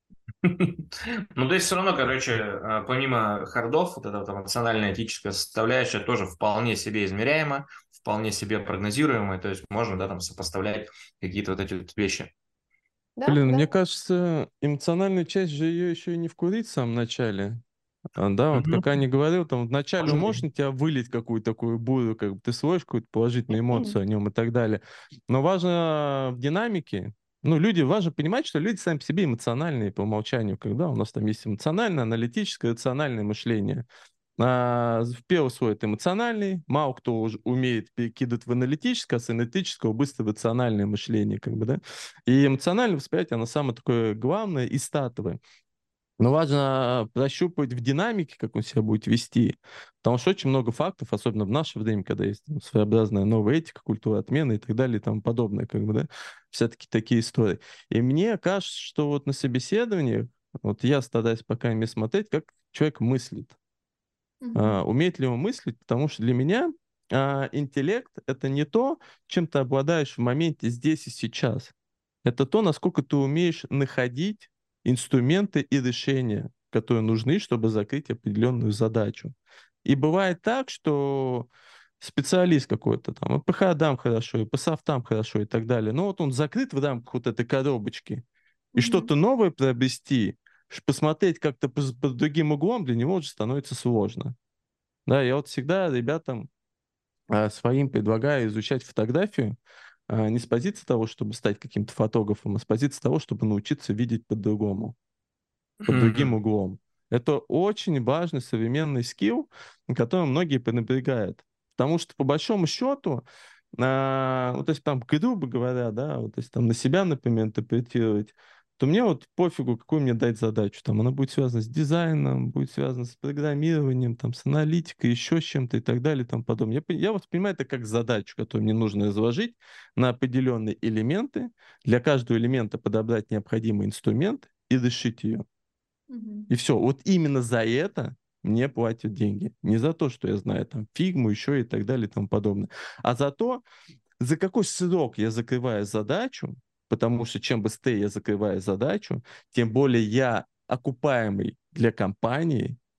Ну, то есть все равно, короче, помимо хардов, вот эта вот эмоциональная этическая составляющая тоже вполне себе измеряема, вполне себе прогнозируемая, то есть можно, да, там сопоставлять какие-то вот эти вот вещи. Да, Блин, да. мне кажется, эмоциональную часть же ее еще и не вкурить в самом начале. Да, вот как Аня говорил, там вначале он может на тебя вылить какую-то такую бурю, как бы ты сводишь какую-то положительную эмоцию о нем и так далее. Но важно в динамике, ну, важно понимать, что люди сами по себе эмоциональные по умолчанию, когда у нас там есть эмоциональное, аналитическое, рациональное мышление. В первый слой это эмоциональный, мало кто уже умеет перекидывать в аналитическое, а с аналитического быстро в рациональное мышление, как бы, да. И эмоциональное восприятие, оно самое такое главное и статовое. Но важно прощупывать в динамике, как он себя будет вести, потому что очень много фактов, особенно в наше время, когда есть своеобразная новая этика, культура отмены и так далее и тому подобное, как бы, да, все-таки такие истории. И мне кажется, что вот на собеседовании, вот я стараюсь пока ими смотреть, как человек мыслит. Умеет ли он мыслить, потому что для меня интеллект — это не то, чем ты обладаешь в моменте здесь и сейчас. Это то, насколько ты умеешь находить инструменты и решения, которые нужны, чтобы закрыть определенную задачу. И бывает так, что специалист какой-то там, и по ходам хорошо, и по софтам хорошо, и так далее, но вот он закрыт в рамках вот этой коробочки, и что-то новое приобрести, посмотреть как-то под другим углом, для него уже становится сложно. Да, я вот всегда ребятам своим предлагаю изучать фотографию не с позиции того, чтобы стать каким-то фотографом, а с позиции того, чтобы научиться видеть по-другому, под другим углом. Это очень важный современный скилл, на котором многие пренебрегают. Потому что, по большому счету, вот если там, грубо говоря, да, вот если там на себя, например, интерпретировать, то мне вот пофигу, какую мне дать задачу. Там она будет связана с дизайном, будет связана с программированием, там, с аналитикой, еще с чем-то и так далее и тому подобное. Я воспринимаю это как задачу, которую мне нужно разложить на определенные элементы, для каждого элемента подобрать необходимый инструмент и решить ее. И все. Вот именно за это мне платят деньги. Не за то, что я знаю там фигму, еще и так далее и тому подобное. А за то, за какой срок я закрываю задачу, потому что чем быстрее я закрываю задачу, тем более я окупаемый для компании,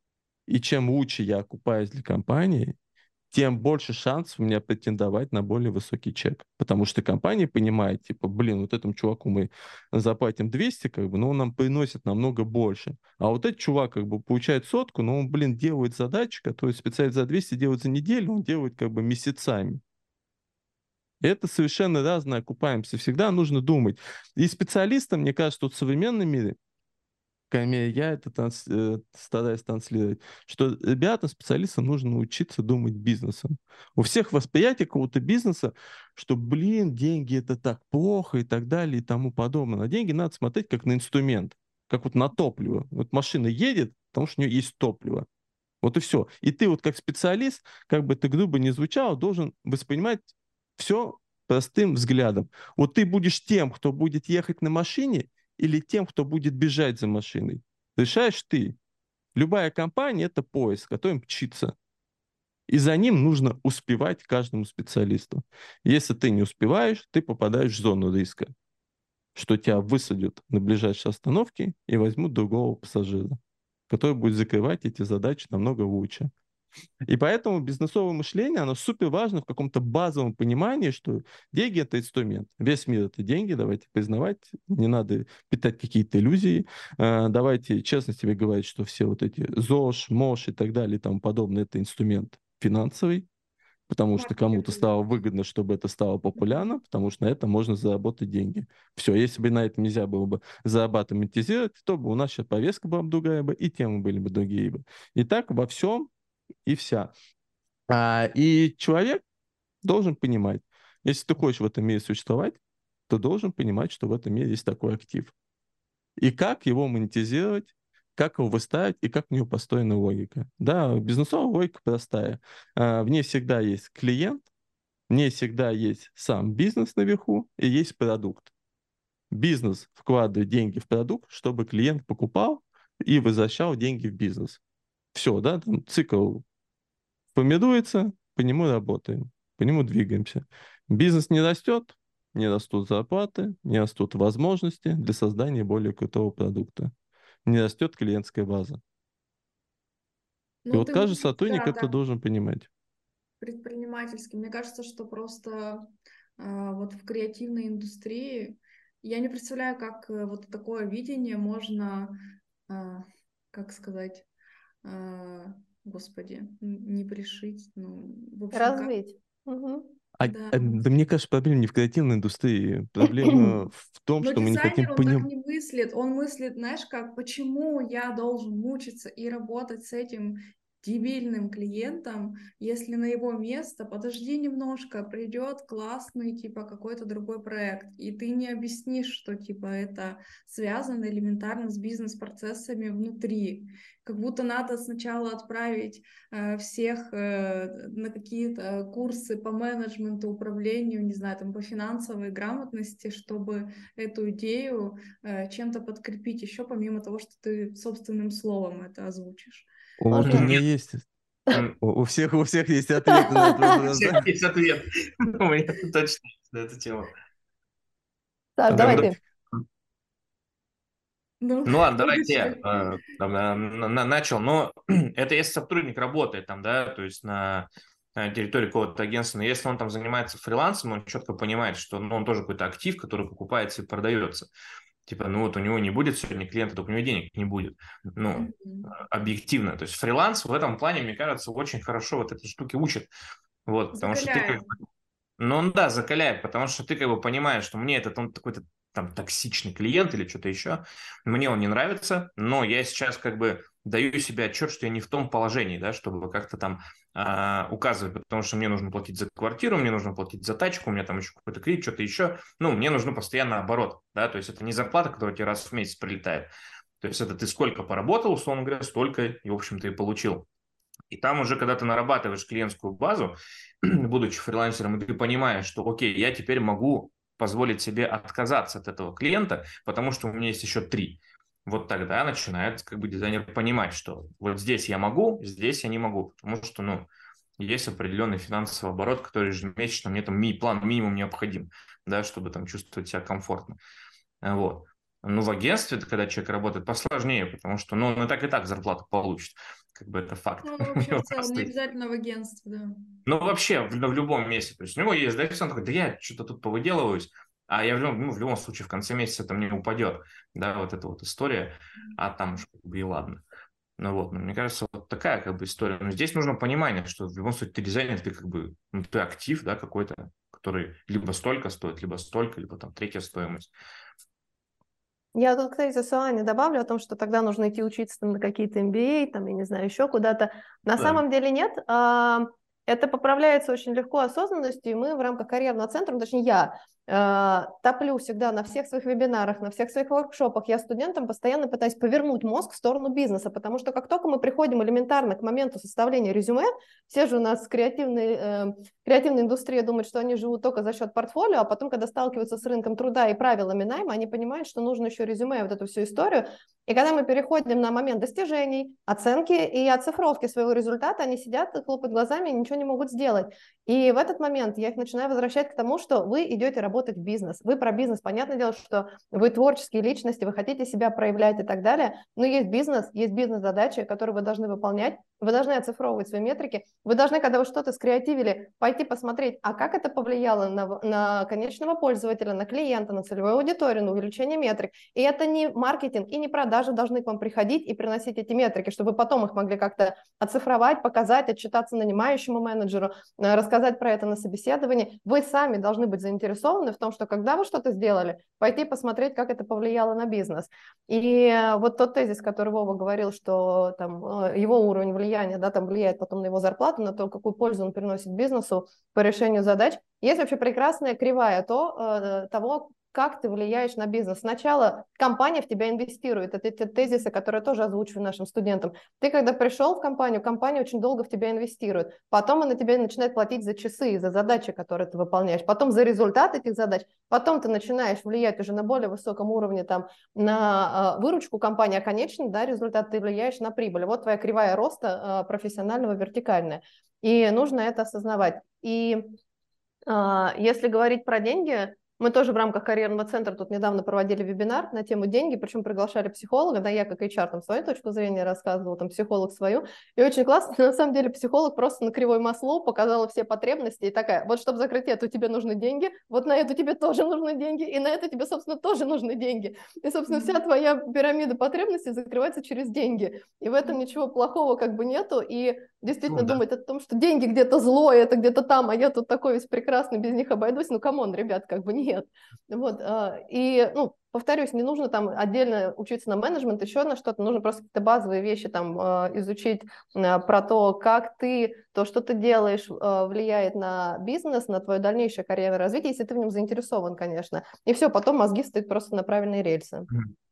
И чем лучше я окупаюсь для компании, тем больше шансов у меня претендовать на более высокий чек. Потому что компания понимает, типа, блин, вот этому чуваку мы заплатим 200, как бы, но он нам приносит намного больше. А вот этот чувак, как бы, получает 100, но он, блин, делает задачи, которые специалист за 200 делает за неделю, он делает, как бы, месяцами. И это совершенно разная окупаемость. И всегда нужно думать. И специалистам, мне кажется, вот в современном мире, крайней мере, я это стараюсь транслировать, что ребятам, специалистам нужно научиться думать бизнесом. У всех восприятие какого-то бизнеса, что, блин, деньги это так плохо и так далее и тому подобное. На деньги надо смотреть как на инструмент, как вот на топливо. Вот машина едет, потому что у нее есть топливо. Вот и все. И ты вот как специалист, как бы ты грубо не звучал, должен воспринимать все простым взглядом. Вот ты будешь тем, кто будет ехать на машине, или тем, кто будет бежать за машиной. Решаешь ты. Любая компания — это поезд, который мчится. И за ним нужно успевать каждому специалисту. Если ты не успеваешь, ты попадаешь в зону риска, что тебя высадят на ближайшей остановке и возьмут другого пассажира, который будет закрывать эти задачи намного лучше. И поэтому бизнесовое мышление, оно супер важно в каком-то базовом понимании, что деньги — это инструмент. Весь мир — это деньги, давайте признавать, не надо питать какие-то иллюзии. Давайте честно себе говорить, что все вот эти ЗОЖ, МОЖ и так далее и тому подобное — это инструмент финансовый, потому что кому-то стало выгодно, чтобы это стало популярно, потому что на этом можно заработать деньги. Все, если бы на этом нельзя было бы зарабатывать, монетизировать, то бы у нас сейчас повестка была бы другая бы, и темы были бы другие бы. И так во всем и вся. И человек должен понимать, если ты хочешь в этом мире существовать, то должен понимать, что в этом мире есть такой актив. И как его монетизировать, как его выставить и как у него построена логика. Да, бизнесовая логика простая. В ней всегда есть клиент, в ней всегда есть сам бизнес наверху и есть продукт. Бизнес вкладывает деньги в продукт, чтобы клиент покупал и возвращал деньги в бизнес. Все, да, там цикл формируется, по нему работаем, по нему двигаемся. Бизнес не растет, не растут зарплаты, не растут возможности для создания более крутого продукта. Не растет клиентская база. И Ну, вот ты каждый мыслишь, сотрудник да, это так должен понимать. предпринимательски. Мне кажется, что просто вот в креативной индустрии я не представляю, как вот такое видение можно, а, как сказать, господи, не пришить, ну, в общем, как, Развить. Мгм. да. Да мне кажется, проблема не в креативной индустрии. Проблема в том, Но что мы не хотим дизайнер, он так понимать. не мыслит. Он мыслит, знаешь, как, почему я должен мучиться и работать с этим дебильным клиентом, если на его место, подожди немножко, придет классный, типа, какой-то другой проект, и ты не объяснишь, что, типа, это связано элементарно с бизнес-процессами внутри. Как будто надо сначала отправить всех на какие-то курсы по менеджменту, управлению, не знаю, там, по финансовой грамотности, чтобы эту идею чем-то подкрепить еще, помимо того, что ты собственным словом это озвучишь. Вот у Слушай, меня Нет, есть... У всех есть ответы на этот у вопрос, всех да? есть ответ. У меня точно есть на эту тему. Саш, Да, давай Прям, вот ты. Ну, ну ладно, давайте я начали. начал. Но это если сотрудник работает там, да, то есть на территории какого-то агентства. Но если он там занимается фрилансом, он четко понимает, что ну, он тоже какой-то актив, который покупается и продается. Типа, ну вот у него не будет сегодня клиента, только у него денег не будет. Ну, Мгм. объективно. То есть фриланс в этом плане, мне кажется, очень хорошо вот эти штуки учит. Вот, потому что ты Закаляет. ну, он, да, закаляет, потому что ты как бы понимаешь, что мне этот он такой-то там токсичный клиент или что-то еще, мне он не нравится, но я сейчас как бы даю себе отчет, что я не в том положении, да, чтобы как-то там указывать, потому что мне нужно платить за квартиру, мне нужно платить за тачку, у меня там еще какой-то кредит, что-то еще, ну, мне нужно постоянно оборот, да, то есть это не зарплата, которая тебе раз в месяц прилетает, то есть это ты сколько поработал, условно говоря, столько и, в общем-то, и получил. И там уже, когда ты нарабатываешь клиентскую базу, будучи фрилансером, и ты понимаешь, что, окей, я теперь могу позволить себе отказаться от этого клиента, потому что у меня есть еще 3. Вот тогда начинает как бы дизайнер понимать, что вот здесь я могу, здесь я не могу, потому что, ну, есть определенный финансовый оборот, который ежемесячно мне там план минимум необходим, да, чтобы там чувствовать себя комфортно. Вот. Ну, в агентстве, когда человек работает, посложнее, потому что, ну, он и так зарплату получит. Как бы это факт. Ну, У вообще, в него целом, не просто обязательно в агентстве, да. ну, вообще, в любом месте. То есть у него есть дефицит, он такой, да я что-то тут повыделываюсь, а я в любом случае в конце месяца это мне упадет. Да, вот эта вот история, а там уж как бы и ладно. Ну вот, ну, мне кажется, вот такая как бы история. Но здесь нужно понимание, что в любом случае ты дизайнер, ты как бы, ну, ты актив, да, какой-то, который либо столько стоит, либо столько, либо там третья стоимость. Я тут, кстати, за Суане добавлю о том, что тогда нужно идти учиться там, на какие-то MBA, там, я не знаю, еще куда-то. На Да. самом деле нет. Это поправляется очень легко осознанностью, и мы в рамках карьерного центра, ну, точнее я, топлю всегда на всех своих вебинарах, на всех своих воркшопах, я студентам постоянно пытаюсь повернуть мозг в сторону бизнеса, потому что как только мы приходим элементарно к моменту составления резюме, все же у нас креативная индустрия думают, что они живут только за счет портфолио, а потом, когда сталкиваются с рынком труда и правилами найма, они понимают, что нужно еще резюме, вот эту всю историю. И когда мы переходим на момент достижений, оценки и оцифровки своего результата, они сидят и хлопают глазами и ничего не могут сделать. И в этот момент я их начинаю возвращать к тому, что вы идете работать в бизнес. Вы про бизнес. Понятное дело, что вы творческие личности, вы хотите себя проявлять и так далее, но есть бизнес-задачи, которые вы должны выполнять, вы должны оцифровывать свои метрики, вы должны, когда вы что-то скреативили, пойти посмотреть, а как это повлияло на конечного пользователя, на клиента, на целевую аудиторию, на увеличение метрик. И это не маркетинг и не продажи должны к вам приходить и приносить эти метрики, чтобы потом их могли как-то оцифровать, показать, отчитаться нанимающему менеджеру, рассказать про это на собеседовании. Вы сами должны быть заинтересованы в том, что когда вы что-то сделали, пойти посмотреть, как это повлияло на бизнес. И вот тот тезис, который Вова говорил, что там, его уровень влияния, да, там влияет потом на его зарплату, на то, какую пользу он приносит бизнесу по решению задач. Есть вообще прекрасная кривая того, как ты влияешь на бизнес. Сначала компания в тебя инвестирует. Это те тезисы, которые я тоже озвучиваю нашим студентам. Ты, когда пришел в компанию, компания очень долго в тебя инвестирует. Потом она тебе начинает платить за часы, за задачи, которые ты выполняешь. Потом за результат этих задач. Потом ты начинаешь влиять уже на более высоком уровне там, на выручку компании, а конечно, да, результат ты влияешь на прибыль. Вот твоя кривая роста профессионального, вертикальная. И нужно это осознавать. И если говорить про деньги, мы тоже в рамках карьерного центра тут недавно проводили вебинар на тему деньги, причем приглашали психолога, да, я как HR там свою точку зрения рассказывала, там психолог свою, и очень классно, на самом деле психолог просто на кривой Маслоу показала все потребности и такая, вот чтобы закрыть эту тебе нужны деньги, вот на эту тебе тоже нужны деньги, и на это тебе, собственно, тоже нужны деньги. И, собственно, вся твоя пирамида потребностей закрывается через деньги, и в этом ничего плохого как бы нету, и действительно думать о том, что деньги где-то зло, это где-то там, а я тут такой весь прекрасный, без них обойдусь, ну, камон, ребят, как бы нет. Вот, и, ну, повторюсь, не нужно там отдельно учиться на менеджмент, еще на что-то, нужно просто какие-то базовые вещи там изучить про то, как ты, то, что ты делаешь, влияет на бизнес, на твое дальнейшее карьерное развитие, если ты в нем заинтересован, конечно. И все, потом мозги стоят просто на правильные рельсы.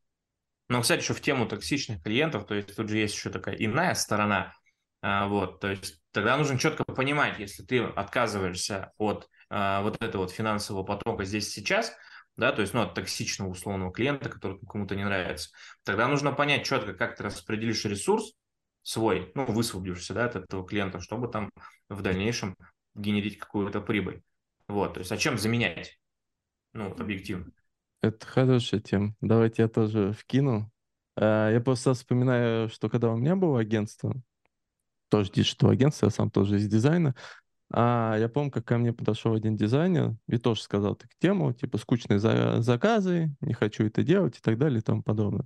Ну, кстати, еще в тему токсичных клиентов, то есть тут же есть еще такая иная сторона, вот, то есть тогда нужно четко понимать, если ты отказываешься от вот этого вот финансового потока здесь сейчас, да, то есть, ну, от токсичного условного клиента, который кому-то не нравится, тогда нужно понять четко, как ты распределишь ресурс свой, ну, высвободишься, да, от этого клиента, чтобы там в дальнейшем генерить какую-то прибыль. Вот, то есть, а чем заменять? Ну, вот объективно. Это хорошая тема. Давайте я тоже вкину. Я просто вспоминаю, что когда у меня было агентство, тоже диджитал агентство, я сам тоже из дизайна, я помню, как ко мне подошел один дизайнер и тоже сказал так тему, типа скучные заказы, не хочу это делать и так далее и тому подобное.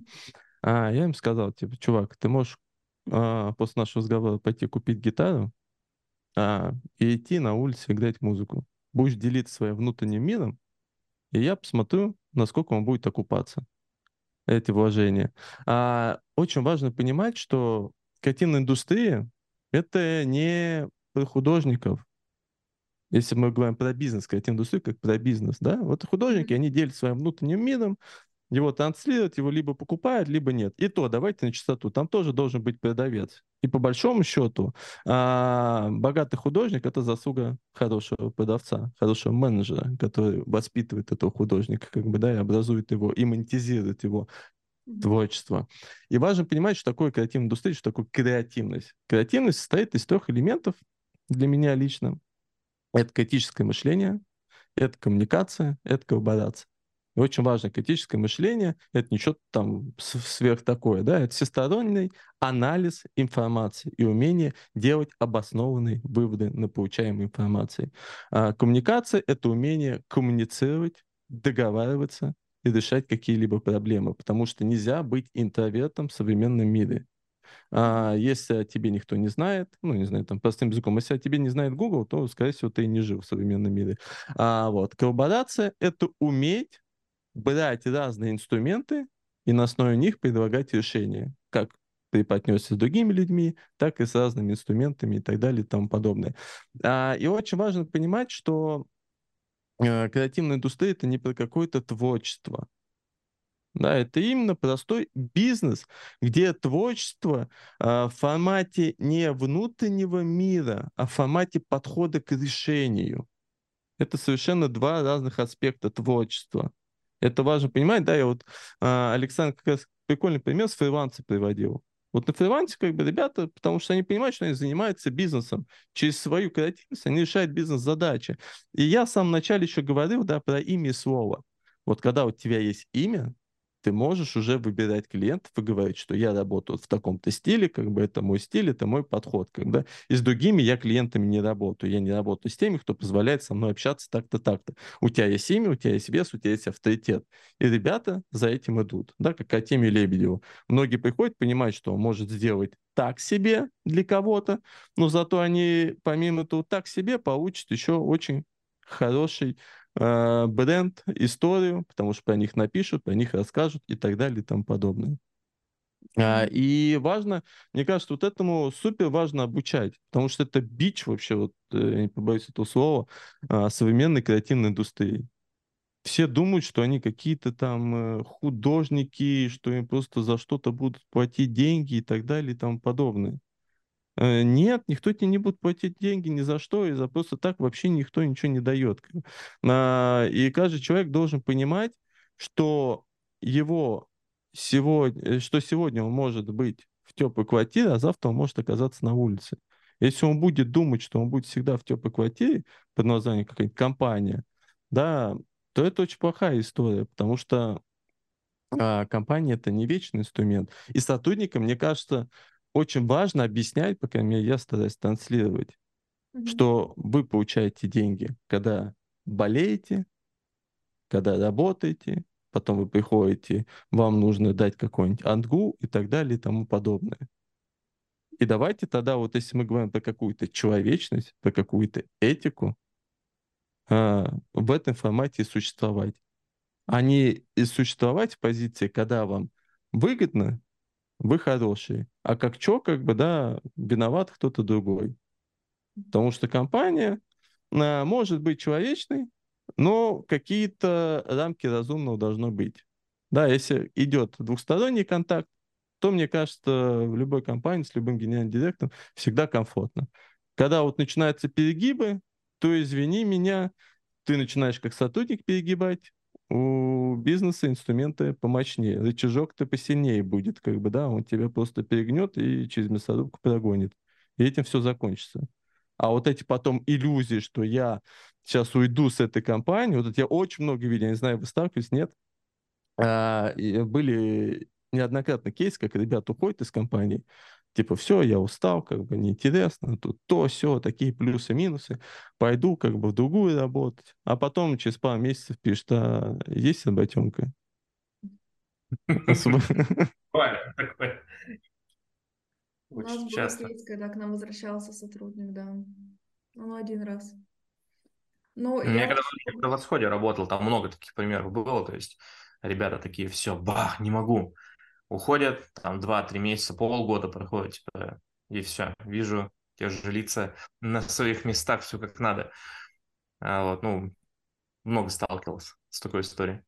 Я им сказал, типа, чувак, ты можешь после нашего разговора пойти купить гитару и идти на улице играть музыку. Будешь делиться своим внутренним миром, и я посмотрю, насколько он будет окупаться, эти вложения. Очень важно понимать, что креативная индустрия — это не про художников. Если мы говорим про бизнес, креативную индустрию, как про бизнес, да, вот художники, они делятся своим внутренним миром, его транслируют, его либо покупают, либо нет. И то, давайте на чистоту, там тоже должен быть продавец. И по большому счету, богатый художник — это заслуга хорошего продавца, хорошего менеджера, который воспитывает этого художника, как бы, да, и образует его, и монетизирует его творчество. И важно понимать, что такое креативная индустрия, что такое креативность. Креативность состоит из 3 элементов для меня лично. Это критическое мышление, это коммуникация, это коллаборация. И очень важно критическое мышление, это не что-то там сверх такое, да, это всесторонний анализ информации и умение делать обоснованные выводы на получаемой информации. Коммуникация — это умение коммуницировать, договариваться и решать какие-либо проблемы, потому что нельзя быть интровертом в современном мире. Если о тебе никто не знает, ну, не знаю, там, простым языком, если о тебе не знает Google, то, скорее всего, ты не жил в современном мире. Вот. Коллаборация — это уметь брать разные инструменты и на основе них предлагать решения, как при партнерстве с другими людьми, так и с разными инструментами и так далее и тому подобное. И очень важно понимать, что креативная индустрия — это не про какое-то творчество. Да, это именно простой бизнес, где творчество в формате не внутреннего мира, а в формате подхода к решению. Это совершенно два разных аспекта творчества. Это важно понимать, да, я вот Александр как раз прикольный пример с фриланса приводил. Вот на фрилансе как бы ребята, потому что они понимают, что они занимаются бизнесом. Через свою креативность они решают бизнес-задачи. И я в самом начале еще говорил, да, про имя и слово. Вот когда у тебя есть имя, ты можешь уже выбирать клиентов и говорить, что я работаю в таком-то стиле, как бы это мой стиль, это мой подход. Когда и с другими я клиентами не работаю. Я не работаю с теми, кто позволяет со мной общаться так-то, так-то. У тебя есть имя, у тебя есть вес, у тебя есть авторитет. И ребята за этим идут. Да, как Артемию Лебедеву. Многие приходят, понимают, что он может сделать так себе для кого-то, но зато они, помимо этого так себе, получат еще очень хороший бренд, историю, потому что про них напишут, про них расскажут и так далее и тому подобное. И важно, мне кажется, вот этому супер важно обучать, потому что это бич вообще, вот, я не побоюсь этого слова, современной креативной индустрии. Все думают, что они какие-то там художники, что им просто за что-то будут платить деньги и так далее и тому подобное. Нет, никто тебе не будет платить деньги ни за что, и за просто так вообще никто ничего не дает. И каждый человек должен понимать, что что сегодня он может быть в теплой квартире, а завтра он может оказаться на улице. Если он будет думать, что он будет всегда в теплой квартире под названием какая-нибудь компания, да, то это очень плохая история, потому что компания — это не вечный инструмент. И сотрудникам, мне кажется, очень важно объяснять, по крайней мере, я стараюсь транслировать, что вы получаете деньги, когда болеете, когда работаете, потом вы приходите, вам нужно дать какой-нибудь антгу и так далее и тому подобное. И давайте тогда, вот если мы говорим про какую-то человечность, про какую-то этику, в этом формате существовать. А не и существовать в позиции, когда вам выгодно, вы хорошие, а как чё, как бы, да, виноват кто-то другой. Потому что компания может быть человечной, но какие-то рамки разумного должно быть. Да, если идет двухсторонний контакт, то, мне кажется, в любой компании с любым генеральным директором всегда комфортно. Когда вот начинаются перегибы, то, извини меня, ты начинаешь как сотрудник перегибать, у бизнеса инструменты помощнее. Рычажок-то посильнее будет, как бы, да, он тебя просто перегнет и через мясорубку прогонит. И этим все закончится. А вот эти потом иллюзии, что я сейчас уйду с этой компании, вот это я очень много видел, я не знаю, вы сталкивались, нет? И были неоднократно кейсы, как ребята уходят из компании, типа, все, я устал, как бы неинтересно, тут то, все, такие плюсы-минусы, пойду как бы в другую работать, а потом через пару месяцев пишет, есть работенка? Бывает такое. У нас Очень был часто. кейс, когда к нам возвращался сотрудник, да. Ну, один раз. Ну, Я я когда вообще... на восходе работал, там много таких примеров было, то есть ребята такие, все, бах, не могу. Уходят, там 2-3 месяца, полгода проходит, типа, и все, вижу те же лица на своих местах, все как надо. Вот, ну, много сталкивался с такой историей.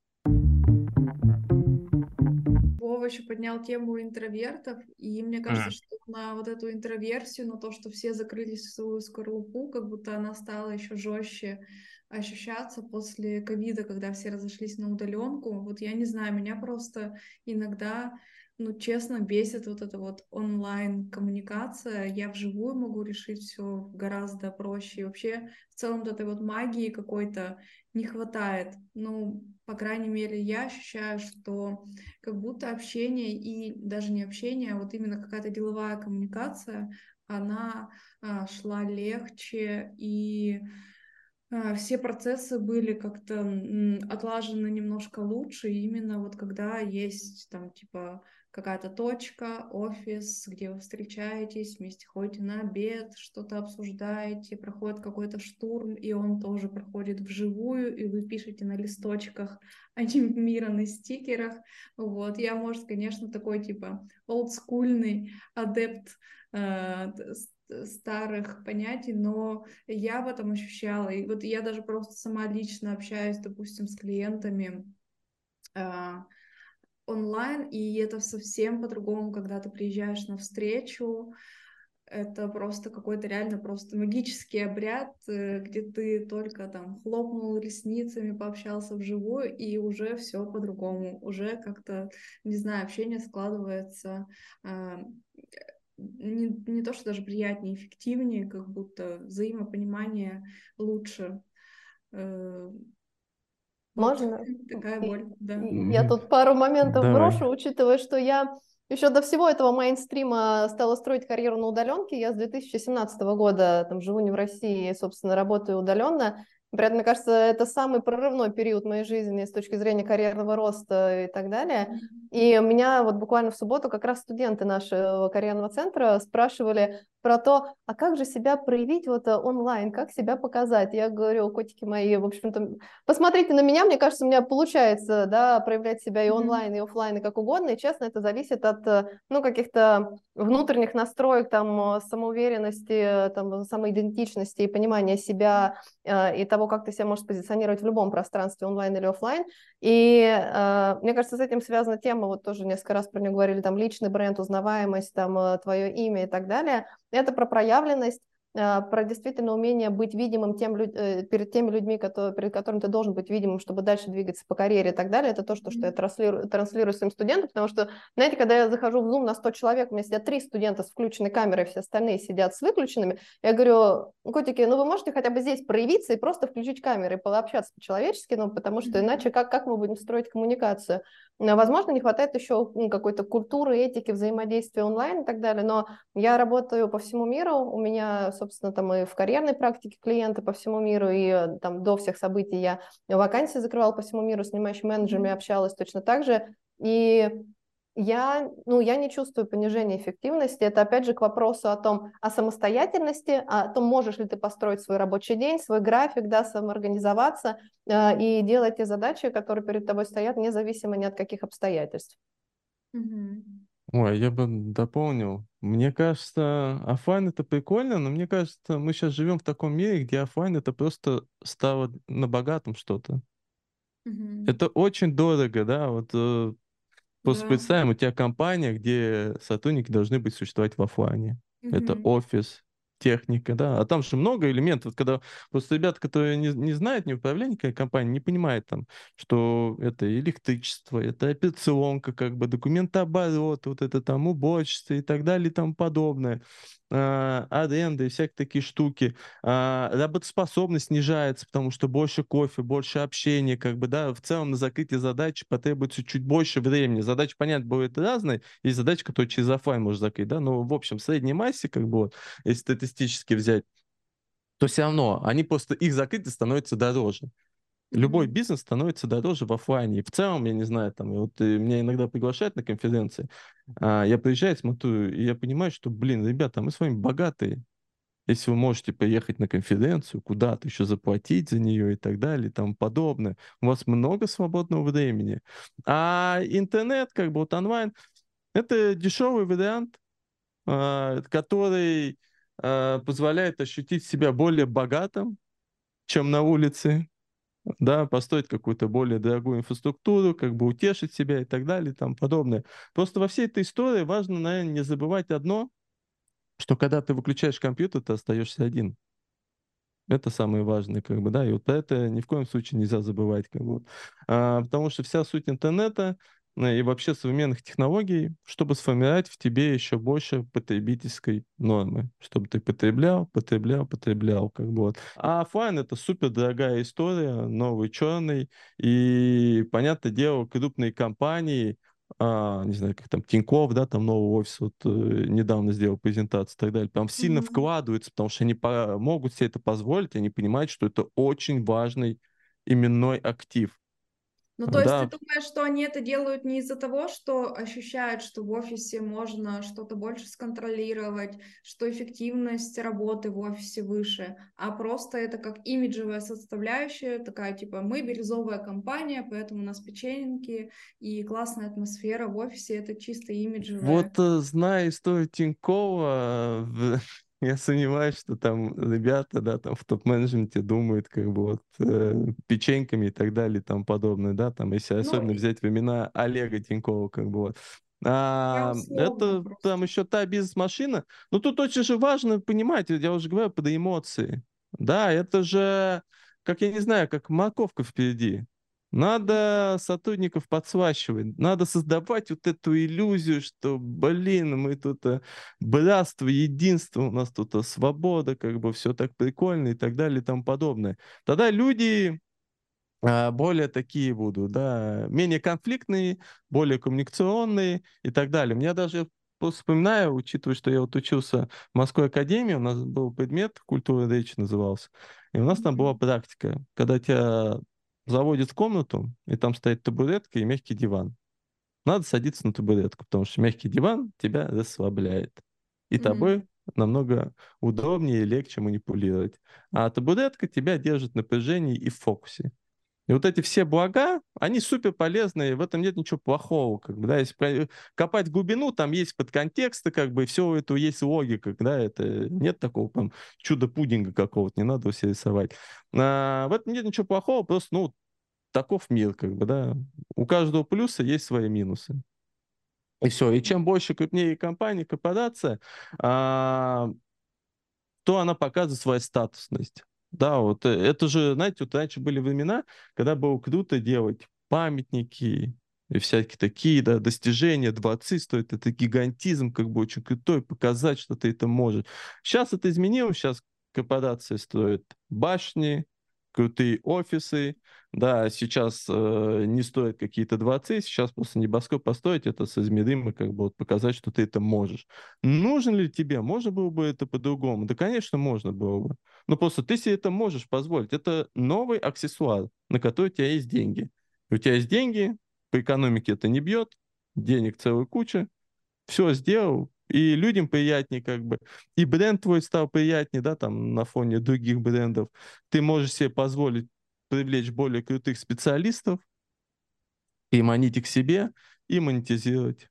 Вова еще поднял тему интровертов, и мне кажется, что на вот эту интроверсию, на то, что все закрылись в свою скорлупу, как будто она стала еще жестче ощущаться после ковида, когда все разошлись на удаленку. Вот я не знаю, меня просто иногда ну, честно, бесит вот эта вот онлайн-коммуникация. Я вживую могу решить все гораздо проще. И вообще, в целом, вот этой вот магии какой-то не хватает. Ну, по крайней мере, я ощущаю, что как будто общение и даже не общение, а вот именно какая-то деловая коммуникация, она шла легче, и все процессы были как-то отлажены немножко лучше, именно вот когда есть там типа какая-то точка, офис, где вы встречаетесь, вместе ходите на обед, что-то обсуждаете, проходит какой-то штурм, и он тоже проходит вживую, и вы пишете на листочках, а не мира на стикерах. Вот. Я, может, конечно, такой типа олдскульный адепт старых понятий, но я в этом ощущала. И вот я даже просто сама лично общаюсь, допустим, с клиентами онлайн, и это совсем по-другому, когда ты приезжаешь на встречу. Это просто какой-то реально просто магический обряд, где ты только там хлопнул ресницами, пообщался вживую, и уже все по-другому. Уже как-то, не знаю, общение складывается не то, что даже приятнее, эффективнее, как будто взаимопонимание лучше. Вот Можно? такая боль, да. Я тут пару моментов Давай. брошу, учитывая, что я еще до всего этого мейнстрима стала строить карьеру на удаленке. Я с 2017 года там живу не в России, собственно, работаю удаленно. При этом, мне кажется, это самый прорывной период моей жизни с точки зрения карьерного роста и так далее. И меня вот буквально в субботу как раз студенты нашего карьерного центра спрашивали про то, а как же себя проявить вот онлайн, как себя показать. Я говорю, котики мои, в общем-то, посмотрите на меня, мне кажется, у меня получается, да, проявлять себя и онлайн, и офлайн, и как угодно, и честно, это зависит от, ну, каких-то внутренних настроек, там, самоуверенности, там, самоидентичности и понимания себя, и того, как ты себя можешь позиционировать в любом пространстве, онлайн или офлайн. И мне кажется, с этим связана тема, вот тоже несколько раз про нее говорили, там, личный бренд, узнаваемость, там, твое имя и так далее. Это про проявленность, про действительно умение быть видимым перед теми людьми, перед которыми ты должен быть видимым, чтобы дальше двигаться по карьере и так далее. Это то, что я транслирую своим студентам, потому что, знаете, когда я захожу в Zoom на 100 человек, у меня сидят 3 студента с включенной камерой, все остальные сидят с выключенными, я говорю, котики, ну вы можете хотя бы здесь проявиться и просто включить камеры и пообщаться по-человечески, ну потому что иначе как мы будем строить коммуникацию? Возможно, не хватает еще какой-то культуры, этики, взаимодействия онлайн и так далее, но я работаю по всему миру, у меня, собственно, там и в карьерной практике клиенты по всему миру, и там до всех событий я вакансии закрывала по всему миру, с нанимающими менеджерами общалась точно так же, и я не чувствую понижения эффективности. Это, опять же, к вопросу о самостоятельности, о том, можешь ли ты построить свой рабочий день, свой график, да, самоорганизоваться и делать те задачи, которые перед тобой стоят, независимо ни от каких обстоятельств. Ой, я бы дополнил. Мне кажется, оффлайн это прикольно, но мне кажется, мы сейчас живем в таком мире, где оффлайн это просто стало на богатом что-то. Это очень дорого, да, вот просто Да. представим, у тебя компания, где сотрудники должны быть существовать в оффлайне. Это офис, техника, да. А там же много элементов. Вот когда просто ребята, которые не знают ни управления компанией, не понимают там, что это электричество, это операционка, как бы документооборот, вот это там уборщица и так далее и тому подобное. Аренда и всякие такие штуки. Работоспособность снижается, потому что больше кофе, больше общения, как бы, да, в целом на закрытие задачи потребуется чуть больше времени. Задача, понятно, будет разной, есть задача, которую через оффлайн можешь закрыть, да, но в общем, в средней массе, как бы, вот, если статистически взять, то все равно они просто, их закрытие становится дороже. Любой бизнес становится дороже в оффлайне. И в целом, я не знаю, там, вот меня иногда приглашают на конференции, я приезжаю, смотрю, и я понимаю, что, блин, ребята, мы с вами богатые. Если вы можете приехать на конференцию, куда-то еще заплатить за нее и так далее и тому подобное, у вас много свободного времени. А интернет, как бы вот онлайн, это дешевый вариант, который позволяет ощутить себя более богатым, чем на улице, да, построить какую-то более дорогую инфраструктуру, как бы утешить себя и так далее и тому подобное. Просто во всей этой истории важно, наверное, не забывать одно, что когда ты выключаешь компьютер, ты остаешься один. Это самое важное, как бы, да, и вот это ни в коем случае нельзя забывать, как бы. Потому что вся суть интернета и вообще современных технологий, чтобы сформировать в тебе еще больше потребительской нормы, чтобы ты потреблял, как бы вот. А оффлайн — это супер дорогая история, новый черный, и, понятное дело, крупные компании, не знаю, как там Тинькофф, да, там новый офис, вот недавно сделал презентацию и так далее, там сильно вкладываются, потому что они могут себе это позволить, они понимают, что это очень важный именной актив. Ну, то есть ты Да, думаешь, что они это делают не из-за того, что ощущают, что в офисе можно что-то больше сконтролировать, что эффективность работы в офисе выше, а просто это как имиджевая составляющая, такая типа мы бирюзовая компания, поэтому у нас печеньки и классная атмосфера в офисе, это чисто имиджевая. вот зная историю Тинькова, я сомневаюсь, что там ребята, да, там в топ-менеджменте думают, как бы вот печеньками и так далее и тому подобное, да, там, если Ну, особенно взять времена Олега Тинькова, как бы вот. я условно Это там просто. еще та бизнес-машина. Но тут очень же важно понимать, я уже говорю, под эмоции. Да, это же, как я не знаю, как морковка впереди. Надо сотрудников подслащивать, надо создавать вот эту иллюзию, что, блин, мы тут братство, единство, у нас тут свобода, как бы все так прикольно и так далее и тому подобное. Тогда люди более такие будут, да, менее конфликтные, более коммуникационные и так далее. Меня даже просто вспоминаю, учитывая, что я вот учился в Морской академии, у нас был предмет «Культура речи» назывался, и у нас там была практика, когда тебя заводят в комнату, и там стоит табуретка и мягкий диван. Надо садиться на табуретку, потому что мягкий диван тебя расслабляет. И тобой намного удобнее и легче манипулировать. А табуретка тебя держит в напряжении и в фокусе. И вот эти все блага, они супер полезные, в этом нет ничего плохого. Как бы, да, если копать в глубину, там есть подконтексты, как бы, и все это есть логика, да, это нет такого там чудо-пудинга какого-то, не надо его себе рисовать. В этом нет ничего плохого, просто, ну, таков мир, как бы, да. У каждого плюса есть свои минусы. И все. И чем больше крупнее компания, корпорация, то она показывает свою статусность. Да, вот это же, знаете, вот раньше были времена, когда было круто делать памятники и всякие такие, да, достижения, дворцы стоят, это гигантизм, как бы очень крутой, показать, что ты это можешь. Сейчас это изменилось, сейчас корпорации строят башни, крутые офисы, да, сейчас не стоят какие-то дворцы, сейчас просто небоскреб построить, это соизмеримо, как бы вот показать, что ты это можешь. Нужен ли тебе? Можно было бы это по-другому? Да, конечно, можно было бы. Но просто ты себе это можешь позволить. Это новый аксессуар, на который у тебя есть деньги. У тебя есть деньги, по экономике это не бьет, денег целая куча, все сделал, и людям приятнее как бы. И бренд твой стал приятнее, да, там на фоне других брендов. Ты можешь себе позволить привлечь более крутых специалистов, и манить их к себе, и монетизировать.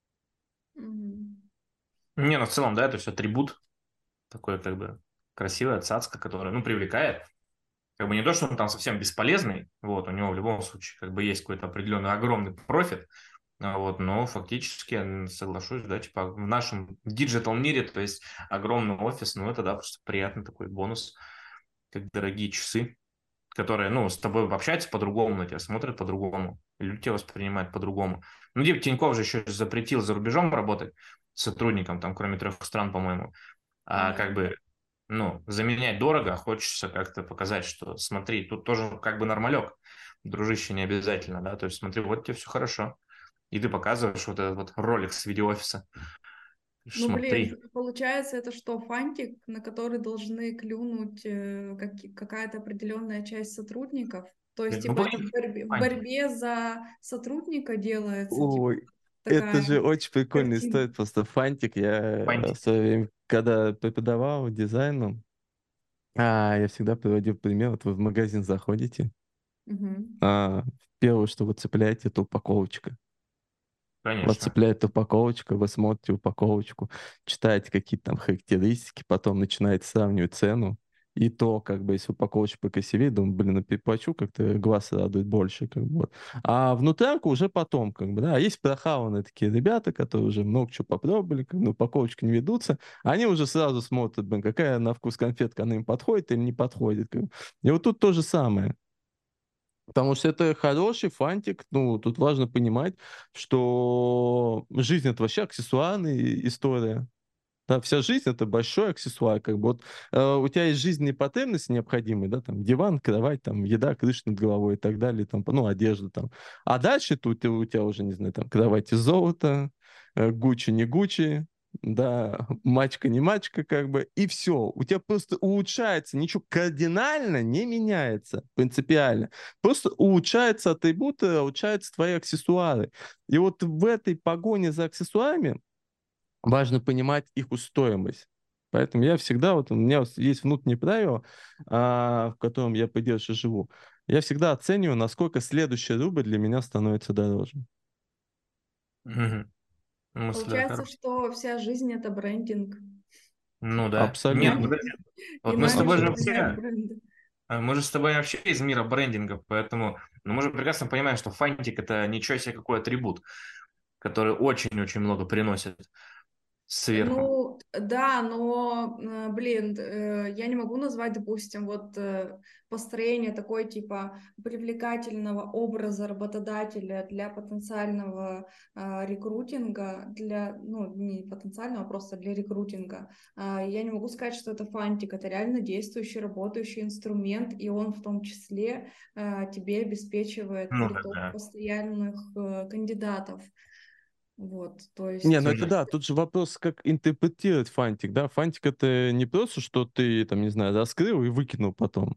Не, ну в целом, да, это все атрибут такой как бы красивая цацка, которая, ну, привлекает. Как бы не то, что он там совсем бесполезный, вот, у него в любом случае как бы есть какой-то определенный огромный профит, вот, но фактически я соглашусь, да, типа в нашем диджитал мире, то есть огромный офис, ну, это, да, просто приятный такой бонус, как дорогие часы, которые, ну, с тобой общаются по-другому, на тебя смотрят по-другому, люди тебя воспринимают по-другому. Ну, Тинькофф же еще запретил за рубежом работать сотрудникам, там, кроме 3 стран, по-моему, а как бы, ну, заменять дорого, хочется как-то показать, что смотри, тут тоже как бы нормалек, дружище, не обязательно, да, то есть смотри, вот тебе все хорошо, и ты показываешь вот этот вот ролик с видеоофиса, Ну, блин, смотри. получается, это что, фантик, на который должны клюнуть какая-то определенная часть сотрудников? То есть, Ну, типа, это погоди, в борьбе за сотрудника делается, типа, Ой, это такая же очень прикольная история, картинка. просто фантик. Я в фантик. свое время, когда преподавал дизайн, я всегда приводил пример. Вот вы в магазин заходите, Мгм. первое, что вы цепляете, это упаковочка. Вас Конечно. цепляет упаковочка, вы смотрите упаковочку, читаете какие-то там характеристики, потом начинаете сравнивать цену. И то, как бы, если упаковочка покрасивее, думаю, блин, ну переплачу, как-то глаз радует больше, как бы. Вот. А внутрянку уже потом, как бы, да. А есть прохаванные такие ребята, которые уже много чего попробовали, как бы, на упаковочку не ведутся, они уже сразу смотрят, блин, какая на вкус конфетка, она им подходит или не подходит. Как бы. И вот тут то же самое. Потому что это хороший фантик. Ну, тут важно понимать, что жизнь — это вообще аксессуарная история. Да, вся жизнь — это большой аксессуар. Как бы вот, у тебя есть жизненные потребности необходимые, да, там диван, кровать, там еда, крыша над головой и так далее, там, ну, одежда там. А дальше тут у тебя уже, не знаю, там кровать из золота, Гуччи не Гуччи, да, мачка не мачка, как бы, и все. У тебя просто улучшается, ничего кардинально не меняется, принципиально. Просто улучшаются атрибуты, улучшаются твои аксессуары. И вот в этой погоне за аксессуарами важно понимать их стоимость. Поэтому я всегда, вот у меня есть внутреннее правило, в котором я придерживаюсь и живу. Я всегда оцениваю, насколько следующий рубль для меня становится дороже. Мгм. Мысль, да, Получается, хорошая. что вся жизнь — это брендинг. Ну да. Нет, Абсолютно. подожди. Вот мы с тобой Иначе же это нет Абсолютно. вообще, бренда. мы же с тобой вообще из мира брендинга, поэтому мы же прекрасно понимаем, что фантик — это ничего себе какой атрибут, который очень-очень много приносит сверху. Ну, да, но, блин, я не могу назвать, допустим, вот построение такой, типа, привлекательного образа работодателя для потенциального рекрутинга, для, ну, не потенциального, а просто для рекрутинга. Я не могу сказать, что это фантик, это реально действующий, работающий инструмент, и он в том числе тебе обеспечивает Ну приток да. постоянных кандидатов. Вот, то Не, есть... ну это да, тут же вопрос, как интерпретировать фантик, да. Фантик — это не просто, что ты, там, не знаю, раскрыл и выкинул потом.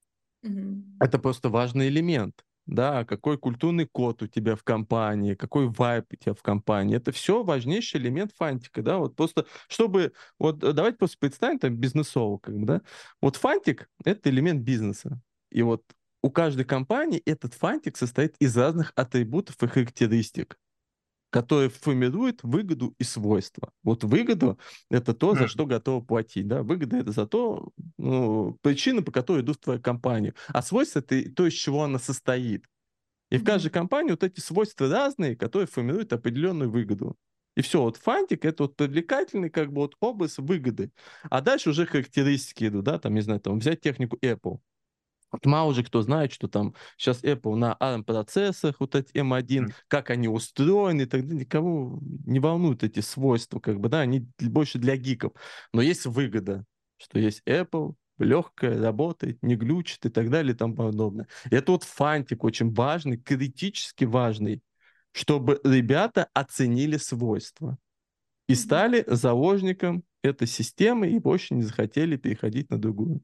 Мгм. Это просто важный элемент. Да, какой культурный код у тебя в компании, какой вайб у тебя в компании. Это все важнейший элемент фантика, да, вот просто, чтобы, вот давайте просто представим там бизнесово, как бы, да, вот фантик — это элемент бизнеса, и вот у каждой компании этот фантик состоит из разных атрибутов и характеристик, которые формируют выгоду и свойства. Вот выгода — это то, за Мгм. что готовы платить. Да? Выгода — это за то, ну, причина, по которой идут в твою компанию. А свойства — это то, из чего она состоит. И в каждой Мгм. компании вот эти свойства разные, которые формируют определенную выгоду. И все, вот фантик — это вот привлекательный как бы вот образ выгоды. А дальше уже характеристики идут, да, там, не знаю, там взять технику Apple. Вот мало же кто знает, что там сейчас Apple на ARM-процессах, вот эти M1, Мгм. как они устроены и так далее. Никого не волнуют эти свойства, как бы, да, они больше для гиков. Но есть выгода, что есть Apple, легкая, работает, не глючит и так далее и тому подобное. И это вот фантик очень важный, критически важный, чтобы ребята оценили свойства и Мгм. стали заложником этой системы и больше не захотели переходить на другую.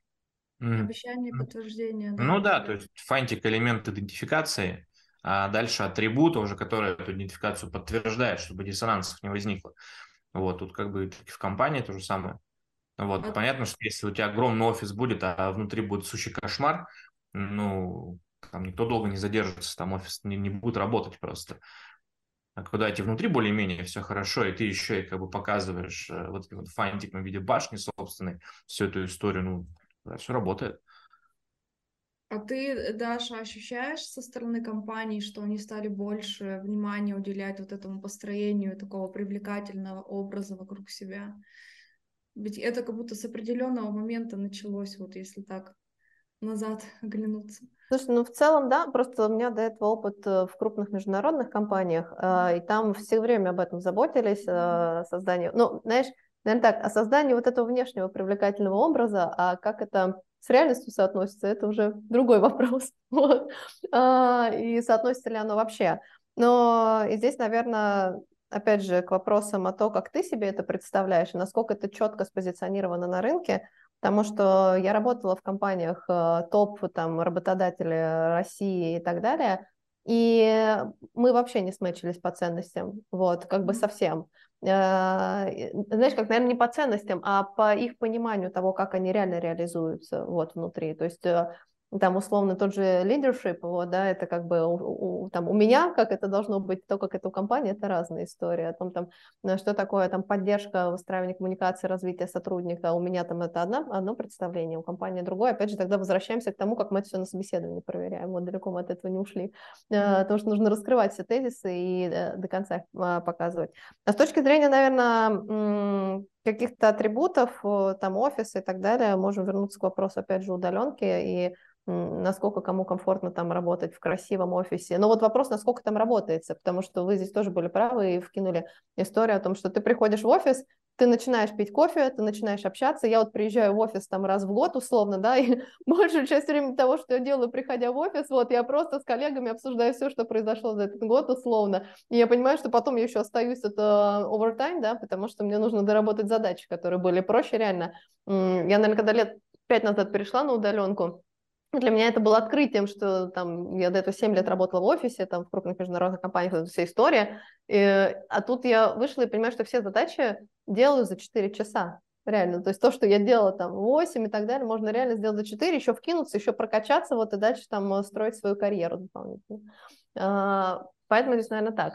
Мгм. Обещание, подтверждение, Ну да. да, то есть фантик — элемент идентификации, а дальше атрибуты уже, которые эту идентификацию подтверждают, чтобы диссонансов не возникло. Вот, тут как бы в компании то же самое. Вот, А, понятно, что если у тебя огромный офис будет, а внутри будет сущий кошмар, ну, там никто долго не задержится, там офис не будет работать просто. А когда эти внутри более-менее все хорошо, и ты еще и как бы показываешь вот этим вот фантиком в виде башни собственной всю эту историю, ну, все работает. а ты, Даша, ощущаешь со стороны компаний, что они стали больше внимания уделять вот этому построению такого привлекательного образа вокруг себя? Ведь это как будто с определенного момента началось, вот если так назад оглянуться. Слушай, ну в целом, да, просто у меня до этого опыт в крупных международных компаниях, и там все время об этом заботились, о создании, ну, знаешь, наверное так, о создании вот этого внешнего привлекательного образа, а как это с реальностью соотносится, это уже другой вопрос. Вот. И соотносится ли оно вообще. Но и здесь, наверное, опять же, к вопросам о том, как ты себе это представляешь, и насколько это четко спозиционировано на рынке. Потому что я работала в компаниях топ там, работодатели России и так далее, и мы вообще не сметчились по ценностям, вот, как бы совсем. Знаешь, как, наверное, не по ценностям, а по их пониманию того, как они реально реализуются вот внутри. То есть там условно тот же leadership, вот, да, это как бы там, у меня, как это должно быть, то, как это у компании, это разная история. О том, там, что такое там поддержка, выстраивание коммуникации, развитие сотрудника. У меня там это одно представление, у компании другое. Опять же, тогда возвращаемся к тому, как мы это все на собеседовании проверяем. Вот далеко мы от этого не ушли. Потому что нужно раскрывать все тезисы и до конца их показывать. А с точки зрения, наверное, каких-то атрибутов, там офиса и так далее, можем вернуться к вопросу, опять же, удаленки и насколько кому комфортно там работать в красивом офисе. Но вот вопрос, насколько там работается, потому что вы здесь тоже были правы и вкинули историю о том, что ты приходишь в офис, ты начинаешь пить кофе, ты начинаешь общаться. Я вот приезжаю в офис там раз в год условно, да, и большую часть времени того, что я делаю, приходя в офис, вот я просто с коллегами обсуждаю все, что произошло за этот год условно. И я понимаю, что потом я еще остаюсь это овертайм, да, потому что мне нужно доработать задачи, которые были проще реально. Я, наверное, когда лет 5 назад перешла на удаленку, для меня это было открытием, что там я до этого 7 лет работала в офисе, там в крупных международных компаниях, это вся история. А тут я вышла и понимаю, что все задачи делаю за 4 часа. Реально. То есть то, что я делала там 8 и так далее, можно реально сделать за 4, еще вкинуться, еще прокачаться, вот и дальше там строить свою карьеру дополнительно. Поэтому здесь, наверное, так.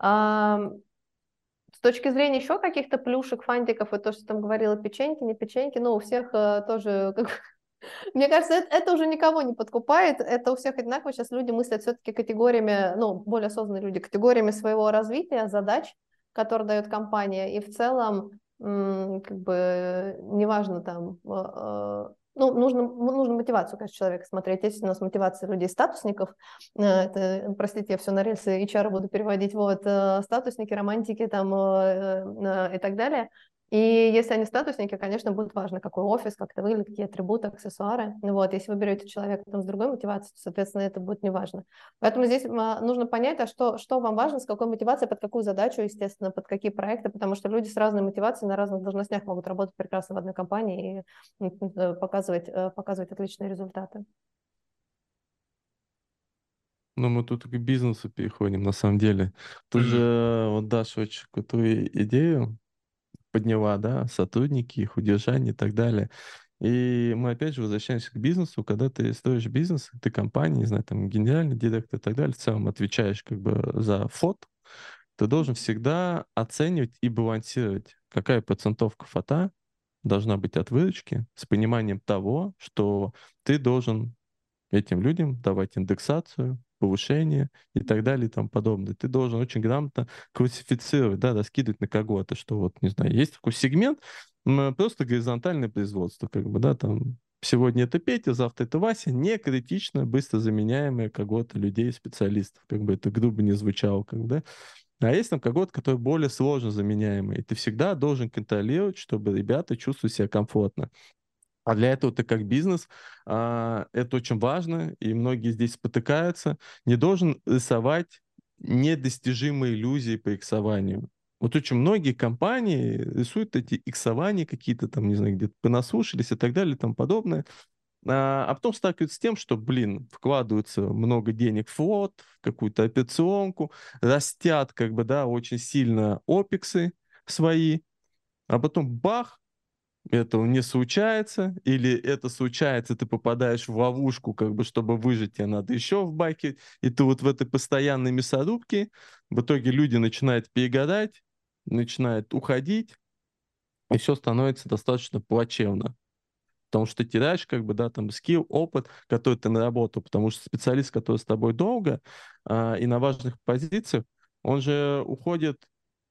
С точки зрения еще каких-то плюшек, фантиков, и то, что там говорила, печеньки, не печеньки, ну, у всех тоже как мне кажется, это уже никого не подкупает, это у всех одинаково. Сейчас люди мыслят все-таки категориями, ну, более осознанные люди, категориями своего развития, задач, которые дает компания, и в целом, как бы, неважно там, ну, нужно мотивацию, конечно, человека смотреть. Есть у нас мотивация людей-статусников, это, простите, я все на рельсы HR буду переводить, вот, статусники, романтики там и так далее. И если они статусники, конечно, будет важно, какой офис, как это выглядит, какие атрибуты, аксессуары. Вот, если вы берете человека там, с другой мотивацией, то, соответственно, это будет неважно. Поэтому здесь нужно понять, а что вам важно, с какой мотивацией, под какую задачу, естественно, под какие проекты, потому что люди с разной мотивацией на разных должностях могут работать прекрасно в одной компании и показывать отличные результаты. Ну, мы тут к бизнесу переходим, на самом деле. Тут же вот Даша очень крутую идею подняла, да, сотрудники, их удержание и так далее. И мы опять же возвращаемся к бизнесу. Когда ты строишь бизнес, ты компания, не знаю, там, генеральный директор и так далее, в целом отвечаешь как бы за фот, ты должен всегда оценивать и балансировать, какая процентовка фота должна быть от выручки с пониманием того, что ты должен этим людям давать индексацию, повышение и так далее и тому подобное. Ты должен очень грамотно классифицировать, да, раскидывать на кого-то, что вот, не знаю, есть такой сегмент, просто горизонтальное производство, как бы, да, там, сегодня это Петя, завтра это Вася, не критично, быстро заменяемые когорты людей, специалистов, как бы это грубо не звучало, как бы, да. А есть там когорт, который более сложно заменяемый, и ты всегда должен контролировать, чтобы ребята чувствовали себя комфортно. А для этого ты как бизнес, это очень важно, и многие здесь спотыкаются, не должен рисовать недостижимые иллюзии по иксованию. Вот очень многие компании рисуют эти иксования какие-то там, не знаю, где-то понаслушались и так далее и тому подобное, а потом сталкиваются с тем, что, блин, вкладывается много денег в флот, в какую-то операционку, растят как бы, да, очень сильно опексы свои, а потом бах, этого не случается, или это случается, ты попадаешь в ловушку, как бы, чтобы выжить, тебе надо еще в баке, и ты вот в этой постоянной мясорубке, в итоге люди начинают перегорать, начинают уходить, и все становится достаточно плачевно. Потому что ты теряешь, как бы, да, там, скилл, опыт, который ты наработал, потому что специалист, который с тобой долго и на важных позициях, он же уходит,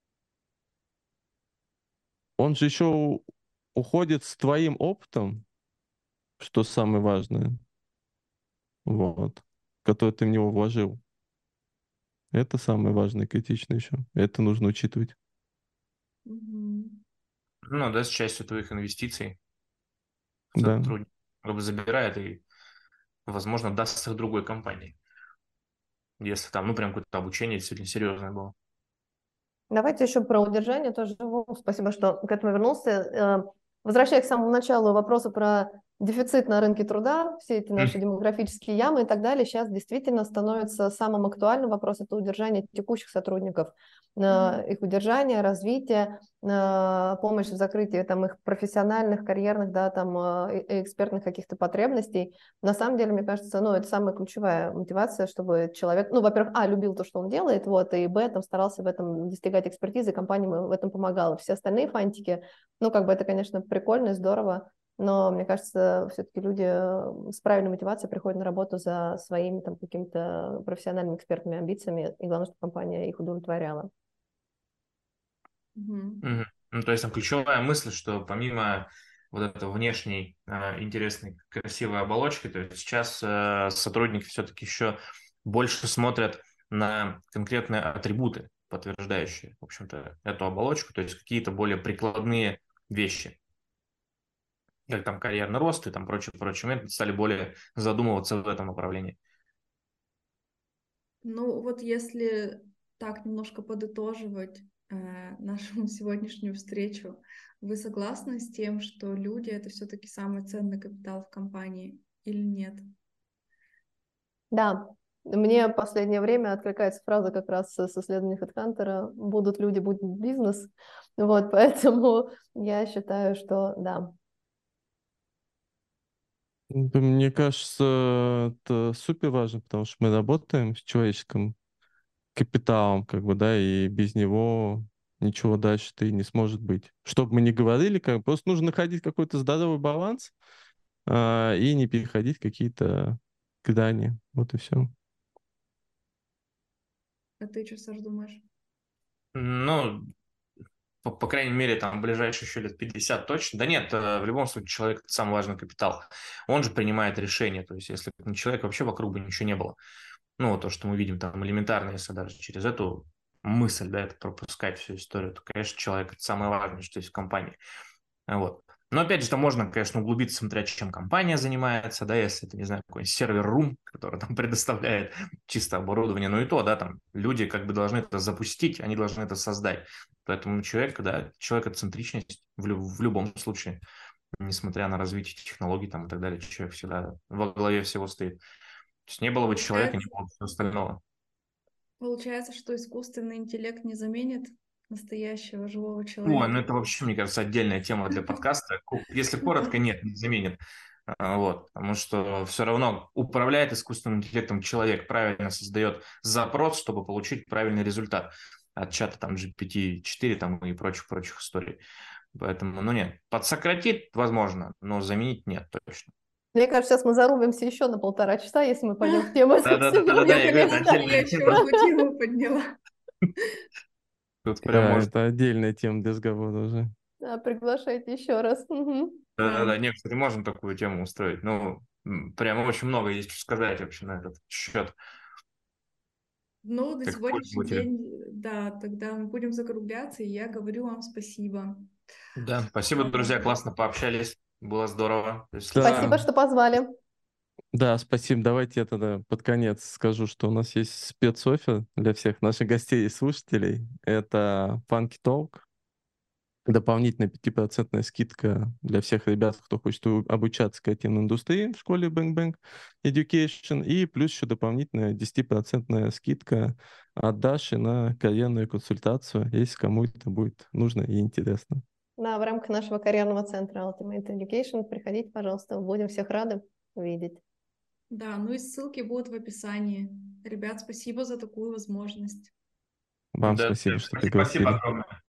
он же еще уходит с твоим опытом, что самое важное, вот, который ты в него вложил. Это самое важное и критичное еще. Это нужно учитывать. Мгм. Ну, да, с частью твоих инвестиций Да. сотрудник как бы забирает и, возможно, даст их другой компании. Если там, ну, прям какое-то обучение действительно серьезное было. Давайте еще про удержание тоже. Спасибо, что к этому вернулся. Возвращаясь к самому началу вопроса про дефицит на рынке труда, все эти наши демографические ямы и так далее, сейчас действительно становится самым актуальным вопрос это удержание текущих сотрудников, их удержание, развитие, помощь в закрытии там, их профессиональных, карьерных, да, там, экспертных каких-то потребностей. На самом деле, мне кажется, ну, это самая ключевая мотивация, чтобы человек, ну, во-первых, любил то, что он делает, вот, и там старался в этом достигать экспертизы, компания ему в этом помогала. Все остальные фантики, ну, как бы это, конечно, прикольно и здорово, но, мне кажется, все-таки люди с правильной мотивацией приходят на работу за своими там какими-то профессиональными экспертными амбициями, и главное, чтобы компания их удовлетворяла. Мгм. Ну, то есть там ключевая мысль, что помимо вот этой внешней интересной, красивой оболочки, то есть сейчас сотрудники все-таки еще больше смотрят на конкретные атрибуты, подтверждающие, в общем-то, эту оболочку, то есть какие-то более прикладные вещи, как там карьерный рост и там прочее, прочее, мы стали более задумываться в этом направлении. Ну, вот если так немножко подытоживать нашу сегодняшнюю встречу, вы согласны с тем, что люди — это все-таки самый ценный капитал в компании или нет? Да, мне в последнее время откликается фраза как раз с исследования HeadHunter: «Будут люди, будет бизнес». Вот, поэтому я считаю, что да. Мне кажется, это супер важно, потому что мы работаем с человеческим капиталом, как бы, да, и без него ничего дальше ты не сможет быть. Что бы мы ни говорили, как, просто нужно находить какой-то здоровый баланс и не переходить какие-то грани. Вот и все. А ты что, Саш, думаешь? Ну, по крайней мере, там, в ближайшие еще лет 50 точно. Да нет, в любом случае, человек — это самый важный капитал. Он же принимает решения. То есть, если бы не человек, вообще вокруг бы ничего не было. Ну, вот то, что мы видим там элементарно, если даже через эту мысль, да, это пропускать всю историю, то, конечно, человек — это самое важное, что есть в компании. Вот. Но опять же, там можно, конечно, углубиться, смотря чем компания занимается, да, если это, не знаю, какой-нибудь сервер-рум, который там предоставляет чисто оборудование, ну и то, да, там люди как бы должны это запустить, они должны это создать. Поэтому человек, да, человекоцентричность в любом случае, несмотря на развитие технологий там и так далее, человек всегда во главе всего стоит. То есть не было бы человека, не Получается, было бы всего остального. получается, что искусственный интеллект не заменит настоящего живого Ой, человека. ну это вообще, мне кажется, отдельная тема для подкаста. Если коротко, нет, не заменит. Вот, потому что все равно управляет искусственным интеллектом человек, правильно создает запрос, чтобы получить правильный результат от чата там GPT-4 там, и прочих историй. Поэтому, ну нет, подсократит, возможно, но заменить нет точно. Мне кажется, сейчас мы зарубимся еще на 1,5 часа, если мы пойдем в тему искусственного Да-да-да, я говорю, это интеллекта. отдельная Я еще тема. одну тему подняла. Тут прям Да, можно. это отдельная тема для разговора уже. Да, приглашайте еще раз. Мгм. Да. Да-да-да, нет, кстати, можем такую тему устроить. Ну, прям очень много есть что сказать вообще на этот счет. Ну, на Как сегодняшний пользователя. день, да, тогда мы будем закругляться, и я говорю вам спасибо. Да, спасибо, друзья, классно пообщались, было здорово. До Спасибо, свидания. что позвали. Да, спасибо. Давайте я тогда под конец скажу, что у нас есть спецофер для всех наших гостей и слушателей. Это Funky Talk. Дополнительная 5% скидка для всех ребят, кто хочет обучаться креативной индустрии в школе Bang Bang Education. И плюс еще дополнительная 10% скидка от Даши на карьерную консультацию, если кому это будет нужно и интересно. Да, в рамках нашего карьерного центра Ultimate Education приходите, пожалуйста, будем всех рады видеть. Да, ну и ссылки будут в описании. Ребят, спасибо за такую возможность. Вам Да, спасибо, что спасибо пригласили. огромное.